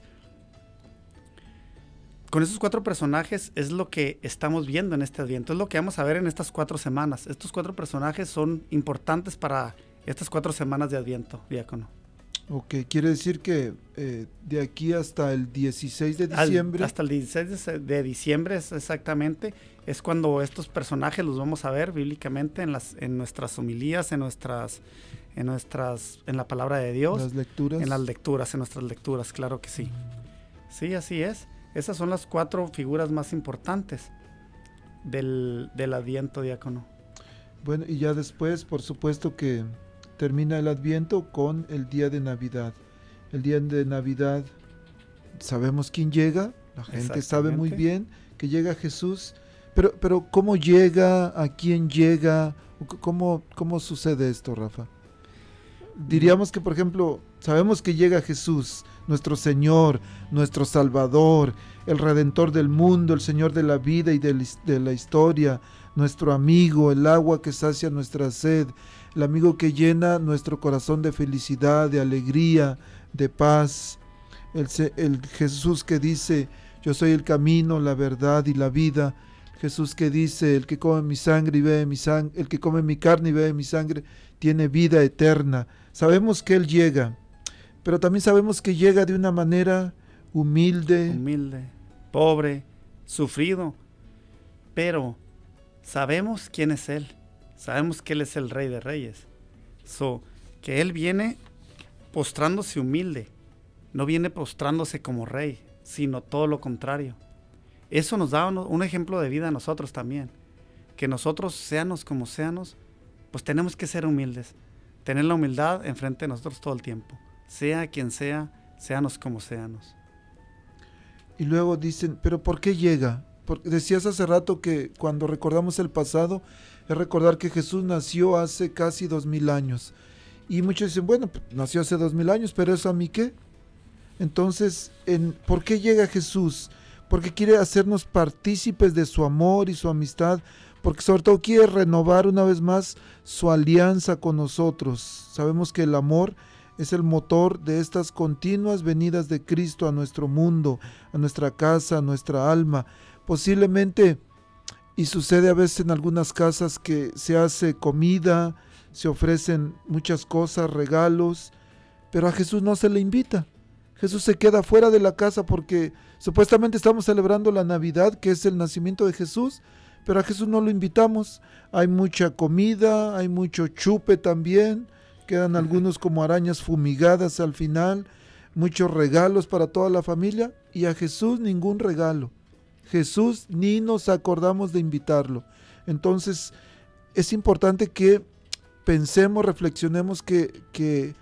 con esos cuatro personajes es lo que estamos viendo en este Adviento, es lo que vamos a ver en estas cuatro semanas. Estos cuatro personajes son importantes para estas cuatro semanas de Adviento, Diácono. Ok, quiere decir que eh, de aquí hasta el dieciséis de diciembre. Al, hasta el dieciséis de diciembre es exactamente, es cuando estos personajes los vamos a ver bíblicamente en las, en nuestras homilías, en nuestras, en nuestras, en la palabra de Dios. Las lecturas. En las lecturas, en nuestras lecturas, claro que sí. Sí, así es. Esas son las cuatro figuras más importantes del, del Adviento, Diácono. Bueno, y ya después, por supuesto que termina el Adviento con el día de Navidad. El día de Navidad sabemos quién llega, la gente sabe muy bien que llega Jesús, pero, pero ¿cómo llega? ¿A quién llega? ¿Cómo, cómo sucede esto, Rafa? Diríamos que, por ejemplo, sabemos que llega Jesús, nuestro Señor, nuestro Salvador, el Redentor del mundo, el Señor de la vida y de la, de la historia, nuestro amigo, el agua que sacia nuestra sed, el amigo que llena nuestro corazón de felicidad, de alegría, de paz, el, el Jesús que dice, yo soy el camino, la verdad y la vida, Jesús que dice, el que come mi sangre y bebe mi sangre, el que come mi carne y bebe mi sangre, tiene vida eterna. Sabemos que Él llega, pero también sabemos que llega de una manera humilde. Humilde, pobre, sufrido, pero sabemos quién es Él. Sabemos que Él es el Rey de Reyes. So, que Él viene postrándose humilde. No viene postrándose como rey, sino todo lo contrario. eso nos da un, un ejemplo de vida a nosotros también. Que nosotros, seanos como seanos, pues tenemos que ser humildes. Tener la humildad enfrente de nosotros todo el tiempo. Sea quien sea, seanos como seanos. Y luego dicen, ¿pero por qué llega? Porque decías hace rato que cuando recordamos el pasado, es recordar que Jesús nació hace casi dos mil años. Y muchos dicen, bueno, pues, nació hace dos mil años, pero ¿eso a mí qué? Entonces, en, ¿por qué llega Jesús? Porque quiere hacernos partícipes de su amor y su amistad, porque sobre todo quiere renovar una vez más su alianza con nosotros. Sabemos que el amor es el motor de estas continuas venidas de Cristo a nuestro mundo, a nuestra casa, a nuestra alma. Posiblemente, y sucede a veces en algunas casas, que se hace comida, se ofrecen muchas cosas, regalos, pero a Jesús no se le invita. Jesús se queda fuera de la casa porque supuestamente estamos celebrando la Navidad, que es el nacimiento de Jesús, pero a Jesús no lo invitamos. Hay mucha comida, hay mucho chupe también, quedan algunos como arañas fumigadas al final, muchos regalos para toda la familia, y a Jesús ningún regalo. Jesús ni nos acordamos de invitarlo. Entonces es importante que pensemos, reflexionemos, que, que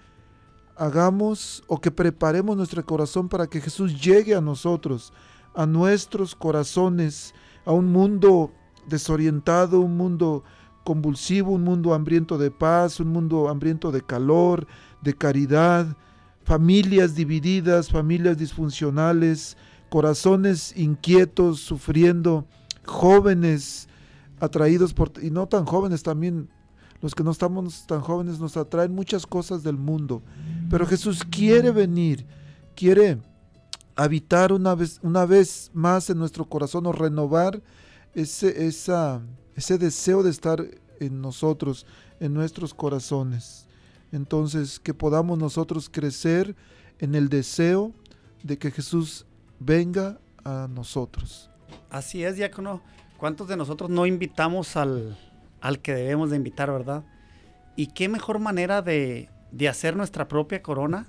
hagamos o que preparemos nuestro corazón para que Jesús llegue a nosotros, a nuestros corazones, a un mundo desorientado, un mundo convulsivo, un mundo hambriento de paz, un mundo hambriento de calor, de caridad, familias divididas, familias disfuncionales, corazones inquietos, sufriendo, jóvenes atraídos por, y no tan jóvenes también, los que no estamos tan jóvenes nos atraen muchas cosas del mundo, pero Jesús quiere venir, quiere habitar una vez, una vez más en nuestro corazón, o renovar ese, esa, ese deseo de estar en nosotros, en nuestros corazones. Entonces, que podamos nosotros crecer en el deseo de que Jesús venga a nosotros. Así es, diácono. ¿Cuántos de nosotros no invitamos al, al que debemos de invitar, verdad? ¿Y qué mejor manera de, de hacer nuestra propia corona?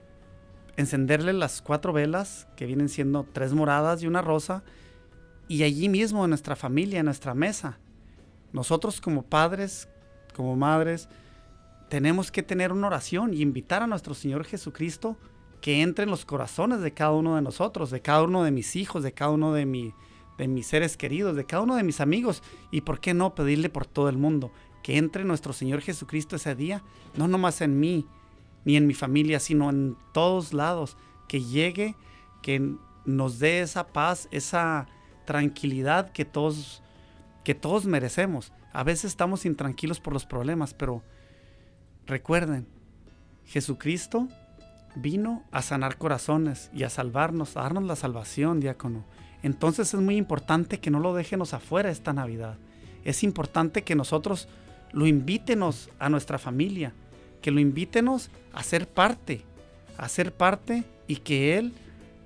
Encenderle las cuatro velas, que vienen siendo tres moradas y una rosa, y allí mismo en nuestra familia, en nuestra mesa. Nosotros como padres, como madres, tenemos que tener una oración y invitar a nuestro Señor Jesucristo que entre en los corazones de cada uno de nosotros, de cada uno de mis hijos, de cada uno de, mi, de mis seres queridos, de cada uno de mis amigos, y por qué no pedirle por todo el mundo, que entre nuestro Señor Jesucristo ese día, no nomás en mí, ni en mi familia, sino en todos lados, que llegue, que nos dé esa paz, esa tranquilidad que todos, que todos merecemos. A veces estamos intranquilos por los problemas, pero recuerden, Jesucristo vino a sanar corazones y a salvarnos, a darnos la salvación, diácono. Entonces es muy importante que no lo déjenos afuera esta Navidad. Es importante que nosotros lo invítenos a nuestra familia, que lo invítenos a ser parte, a ser parte, y que Él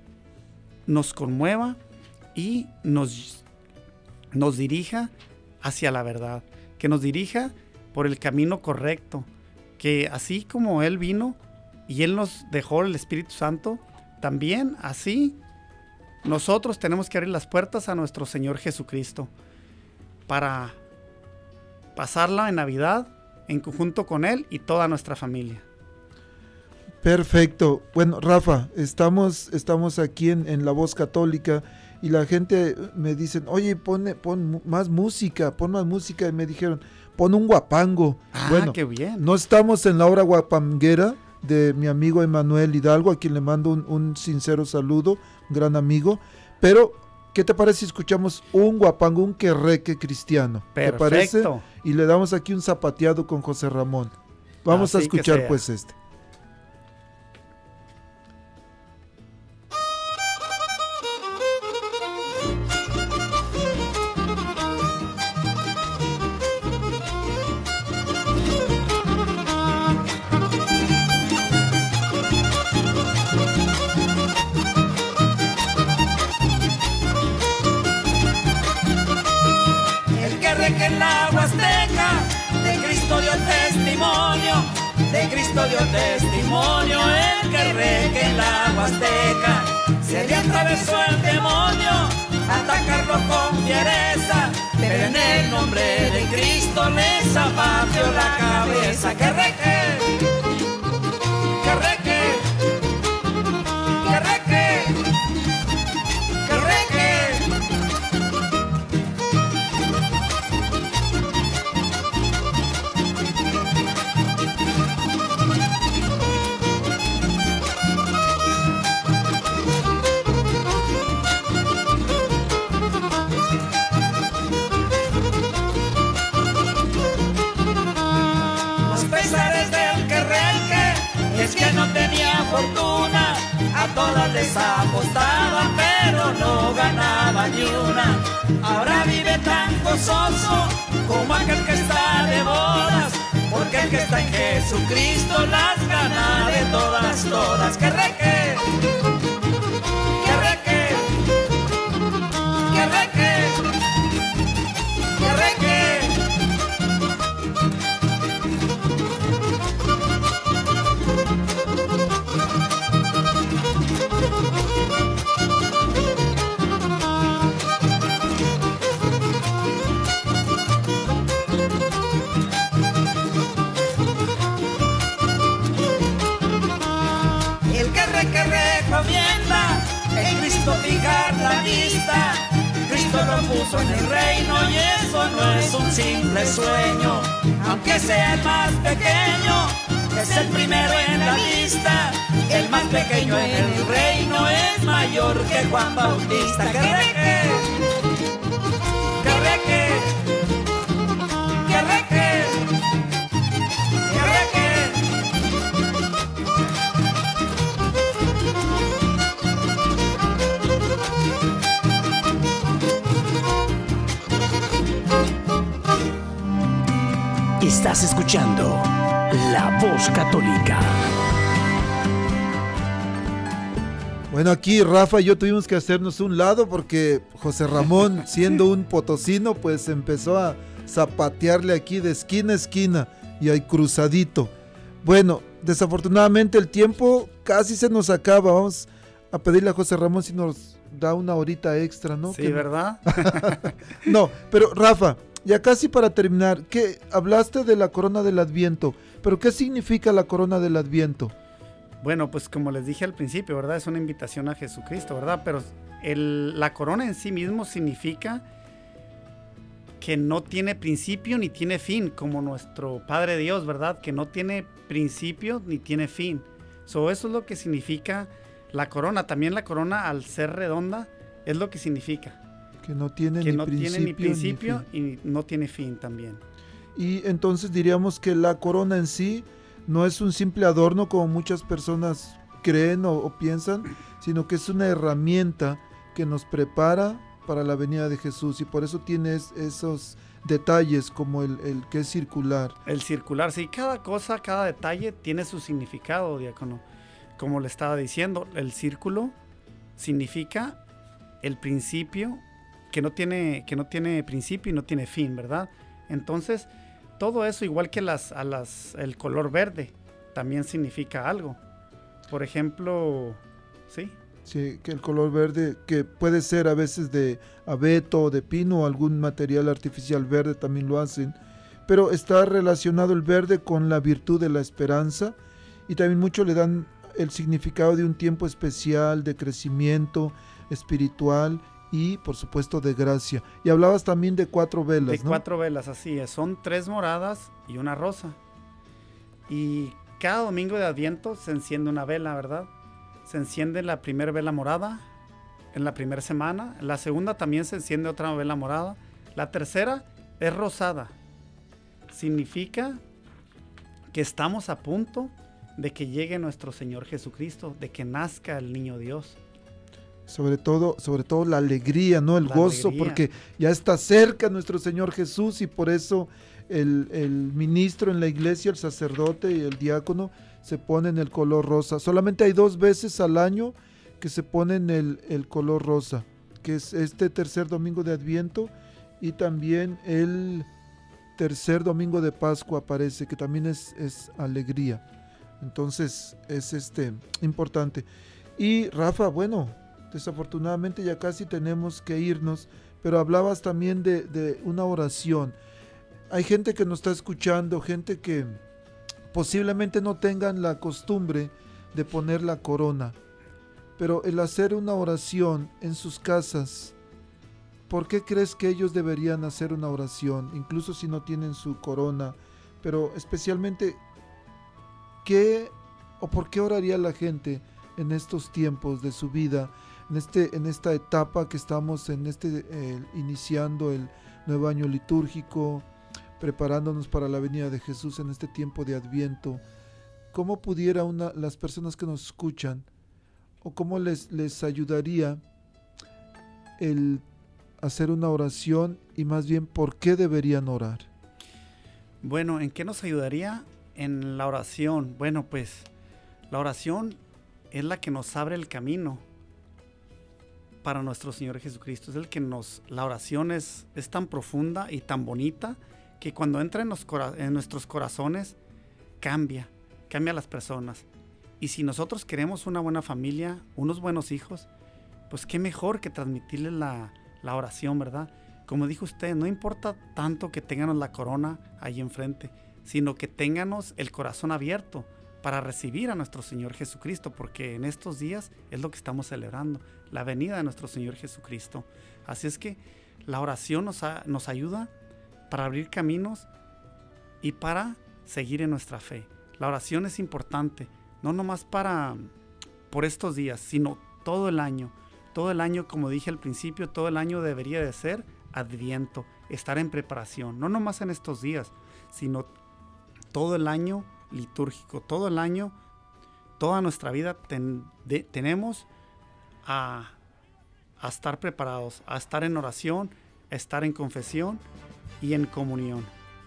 nos conmueva y nos, nos dirija hacia la verdad, que nos dirija por el camino correcto, que así como Él vino y Él nos dejó el Espíritu Santo, también así nosotros tenemos que abrir las puertas a nuestro Señor Jesucristo para pasarla en Navidad en conjunto con Él y toda nuestra familia. Perfecto. Bueno, Rafa, estamos, estamos aquí en, en La Voz Católica, y la gente me dicen, oye, pon, pon más música, pon más música, y me dijeron, pon un guapango. Ah, bueno, qué bien. No estamos en la hora guapanguera de mi amigo Emanuel Hidalgo, a quien le mando un, un sincero saludo, un gran amigo, pero ¿qué te parece si escuchamos un guapango, un querreque cristiano? Perfecto. ¿Te parece? Y le damos aquí un zapateado con José Ramón. Vamos Así a escuchar pues este. De Cristo dio testimonio, el que regue en la Huasteca. Se le atravesó el demonio, ataca Cristo le zapateó la cabeza. Que reque, que reque, que reque, que reque. Es que no tenía fortuna, a todas les apostaba, pero no ganaba ni una. Ahora vive tan gozoso como aquel que está de bodas, porque el que está en Jesucristo las gana de todas, todas. Que reque, que reque, que reque, que reque. Que recomienda en Cristo fijar la vista. Cristo lo puso en el reino y eso no es un simple sueño. Aunque sea el más pequeño, es el primero en la lista. El más pequeño en el reino es mayor que Juan Bautista. Que reque, que reque, que reque, que reque. Estás escuchando La Voz Católica. Bueno, aquí Rafa y yo tuvimos que hacernos un lado porque José Ramón, siendo un potosino, pues empezó a zapatearle aquí de esquina a esquina y ahí cruzadito. Bueno, desafortunadamente el tiempo casi se nos acaba. Vamos a pedirle a José Ramón si nos da una horita extra, ¿no? Sí, que... ¿verdad? No, pero Rafa, ya casi para terminar, ¿qué hablaste de la corona del Adviento? ¿Pero qué significa la corona del Adviento? Bueno, pues como les dije al principio, ¿verdad? Es una invitación a Jesucristo, ¿verdad? Pero el, la corona en sí mismo significa que no tiene principio ni tiene fin, como nuestro Padre Dios, ¿verdad? Que no tiene principio ni tiene fin. So, eso es lo que significa la corona. También la corona, al ser redonda, es lo que significa. Que no tiene, que ni, no principio, tiene ni principio ni y no tiene fin también. Y entonces diríamos que la corona en sí no es un simple adorno como muchas personas creen o, o piensan, sino que es una herramienta que nos prepara para la venida de Jesús, y por eso tiene es, esos detalles como el, el que es circular. El circular, sí, cada cosa, cada detalle tiene su significado, diácono. Como le estaba diciendo, el círculo significa el principio, que no tiene, que no tiene principio y no tiene fin, ¿verdad? Entonces, todo eso, igual que las, a las, el color verde, también significa algo. Por ejemplo, ¿sí? Sí, que el color verde, que puede ser a veces de abeto o de pino o algún material artificial verde, también lo hacen. Pero está relacionado el verde con la virtud de la esperanza, y también muchos le dan el significado de un tiempo especial, de crecimiento espiritual y por supuesto de gracia. Y hablabas también de cuatro velas, De ¿no? cuatro velas, así es. Son tres moradas y una rosa. Y cada domingo de Adviento se enciende una vela, ¿verdad? Se enciende la primera vela morada en la primera semana. En la segunda también se enciende otra vela morada. La tercera es rosada. Significa que estamos a punto de que llegue nuestro Señor Jesucristo, de que nazca el niño Dios. Sobre todo, sobre todo la alegría, ¿no? El La gozo, alegría. porque ya está cerca nuestro Señor Jesús, y por eso el, el ministro en la iglesia, el sacerdote y el diácono se ponen el color rosa. Solamente hay dos veces al año que se ponen el, el color rosa, que es este tercer domingo de Adviento y también el tercer domingo de Pascua, parece que también es, es alegría. Entonces es este importante. Y Rafa, bueno, desafortunadamente ya casi tenemos que irnos, pero hablabas también de, de una oración. hay gente que nos está escuchando, gente que posiblemente no tengan la costumbre de poner la corona, pero el hacer una oración en sus casas, ¿por qué crees que ellos deberían hacer una oración, incluso si no tienen su corona? Pero especialmente, ¿qué o por qué oraría la gente en estos tiempos de su vida, en, este, en esta etapa que estamos en este, eh, iniciando el nuevo año litúrgico, preparándonos para la venida de Jesús en este tiempo de Adviento? ¿Cómo pudiera una, las personas que nos escuchan, o cómo les, les ayudaría el hacer una oración, y más bien, ¿por qué deberían orar? Bueno, ¿en qué nos ayudaría? En la oración. Bueno, pues la oración es la que nos abre el camino para nuestro Señor Jesucristo. Es el que nos, la oración es, es tan profunda y tan bonita que cuando entra en, los, en nuestros corazones, cambia, cambia a las personas. Y si nosotros queremos una buena familia, unos buenos hijos, pues qué mejor que transmitirles la, la oración, ¿verdad? Como dijo usted, no importa tanto que tengamos la corona ahí enfrente, sino que tengamos el corazón abierto para recibir a nuestro Señor Jesucristo, porque en estos días es lo que estamos celebrando, la venida de nuestro Señor Jesucristo. Así es que la oración nos, a, nos ayuda para abrir caminos y para seguir en nuestra fe. La oración es importante, no nomás para por estos días, sino todo el año. Todo el año, como dije al principio, todo el año debería de ser Adviento, estar en preparación, no nomás en estos días, sino todo el año litúrgico, todo el año, toda nuestra vida ten, de, tenemos a, a estar preparados, a estar en oración, a estar en confesión y en comunión.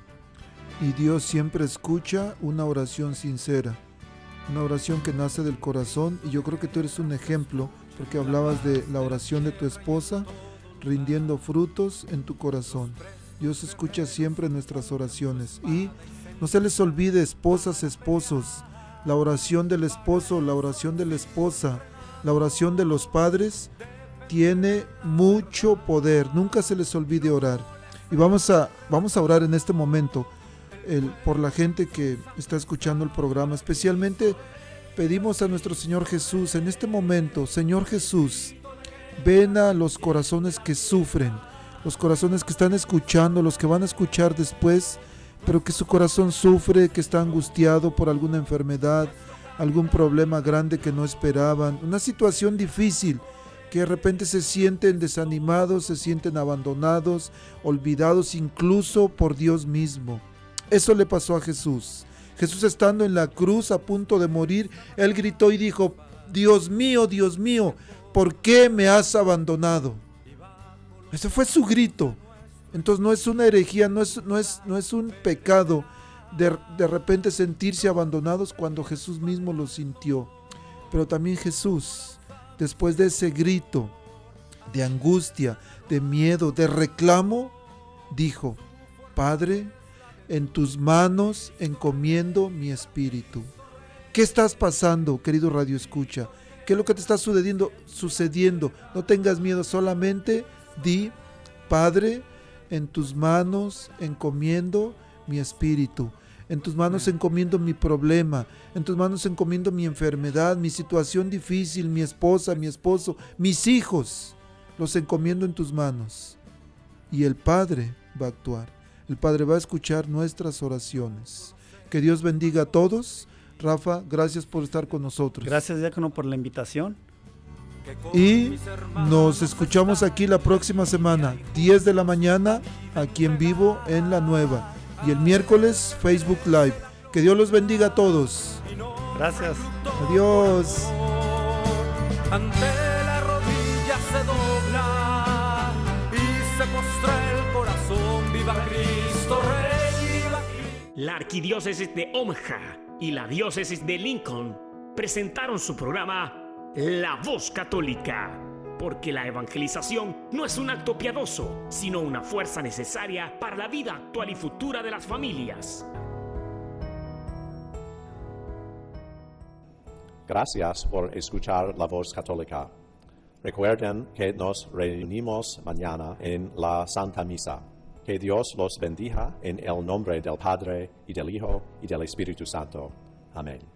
Y Dios siempre escucha una oración sincera, una oración que nace del corazón, y yo creo que tú eres un ejemplo, porque hablabas de la oración de tu esposa rindiendo frutos en tu corazón. Dios escucha siempre nuestras oraciones, y no se les olvide, esposas, esposos, la oración del esposo, la oración de la esposa, la oración de los padres tiene mucho poder. Nunca se les olvide orar. Y vamos a, vamos a orar en este momento el, por la gente que está escuchando el programa. Especialmente pedimos a nuestro Señor Jesús en este momento: Señor Jesús, ven a los corazones que sufren, los corazones que están escuchando, los que van a escuchar después, pero que su corazón sufre, que está angustiado por alguna enfermedad, algún problema grande que no esperaban, una situación difícil, que de repente se sienten desanimados, se sienten abandonados, olvidados incluso por Dios mismo. Eso le pasó a Jesús. Jesús, estando en la cruz a punto de morir, Él gritó y dijo: Dios mío, Dios mío, ¿por qué me has abandonado? Ese fue su grito. Entonces no es una herejía, no es, no es, no es un pecado de, de repente sentirse abandonados cuando Jesús mismo lo sintió. Pero también Jesús, después de ese grito de angustia, de miedo, de reclamo, dijo: Padre, en tus manos encomiendo mi espíritu. ¿Qué estás pasando, querido Radio Escucha? ¿Qué es lo que te está sucediendo? sucediendo? No tengas miedo, solamente di: Padre, en tus manos encomiendo mi espíritu. En tus manos encomiendo mi problema. En tus manos encomiendo mi enfermedad, mi situación difícil, mi esposa, mi esposo, mis hijos. Los encomiendo en tus manos. Y el Padre va a actuar. El Padre va a escuchar nuestras oraciones. Que Dios bendiga a todos. Rafa, gracias por estar con nosotros. Gracias, diácono, por la invitación. Y nos escuchamos aquí la próxima semana, diez de la mañana, aquí en vivo en La Nueva. Y el miércoles, Facebook Live. Que Dios los bendiga a todos. Gracias. Adiós. Ante la rodilla se dobla y se postra el corazón. ¡Viva Cristo Rey! ¡Viva Cristo! La arquidiócesis de Omaha y la diócesis de Lincoln presentaron su programa La Voz Católica, porque la evangelización no es un acto piadoso, sino una fuerza necesaria para la vida actual y futura de las familias. Gracias por escuchar La Voz Católica. Recuerden que nos reunimos mañana en la Santa Misa. Que Dios los bendiga en el nombre del Padre, y del Hijo, y del Espíritu Santo. Amén.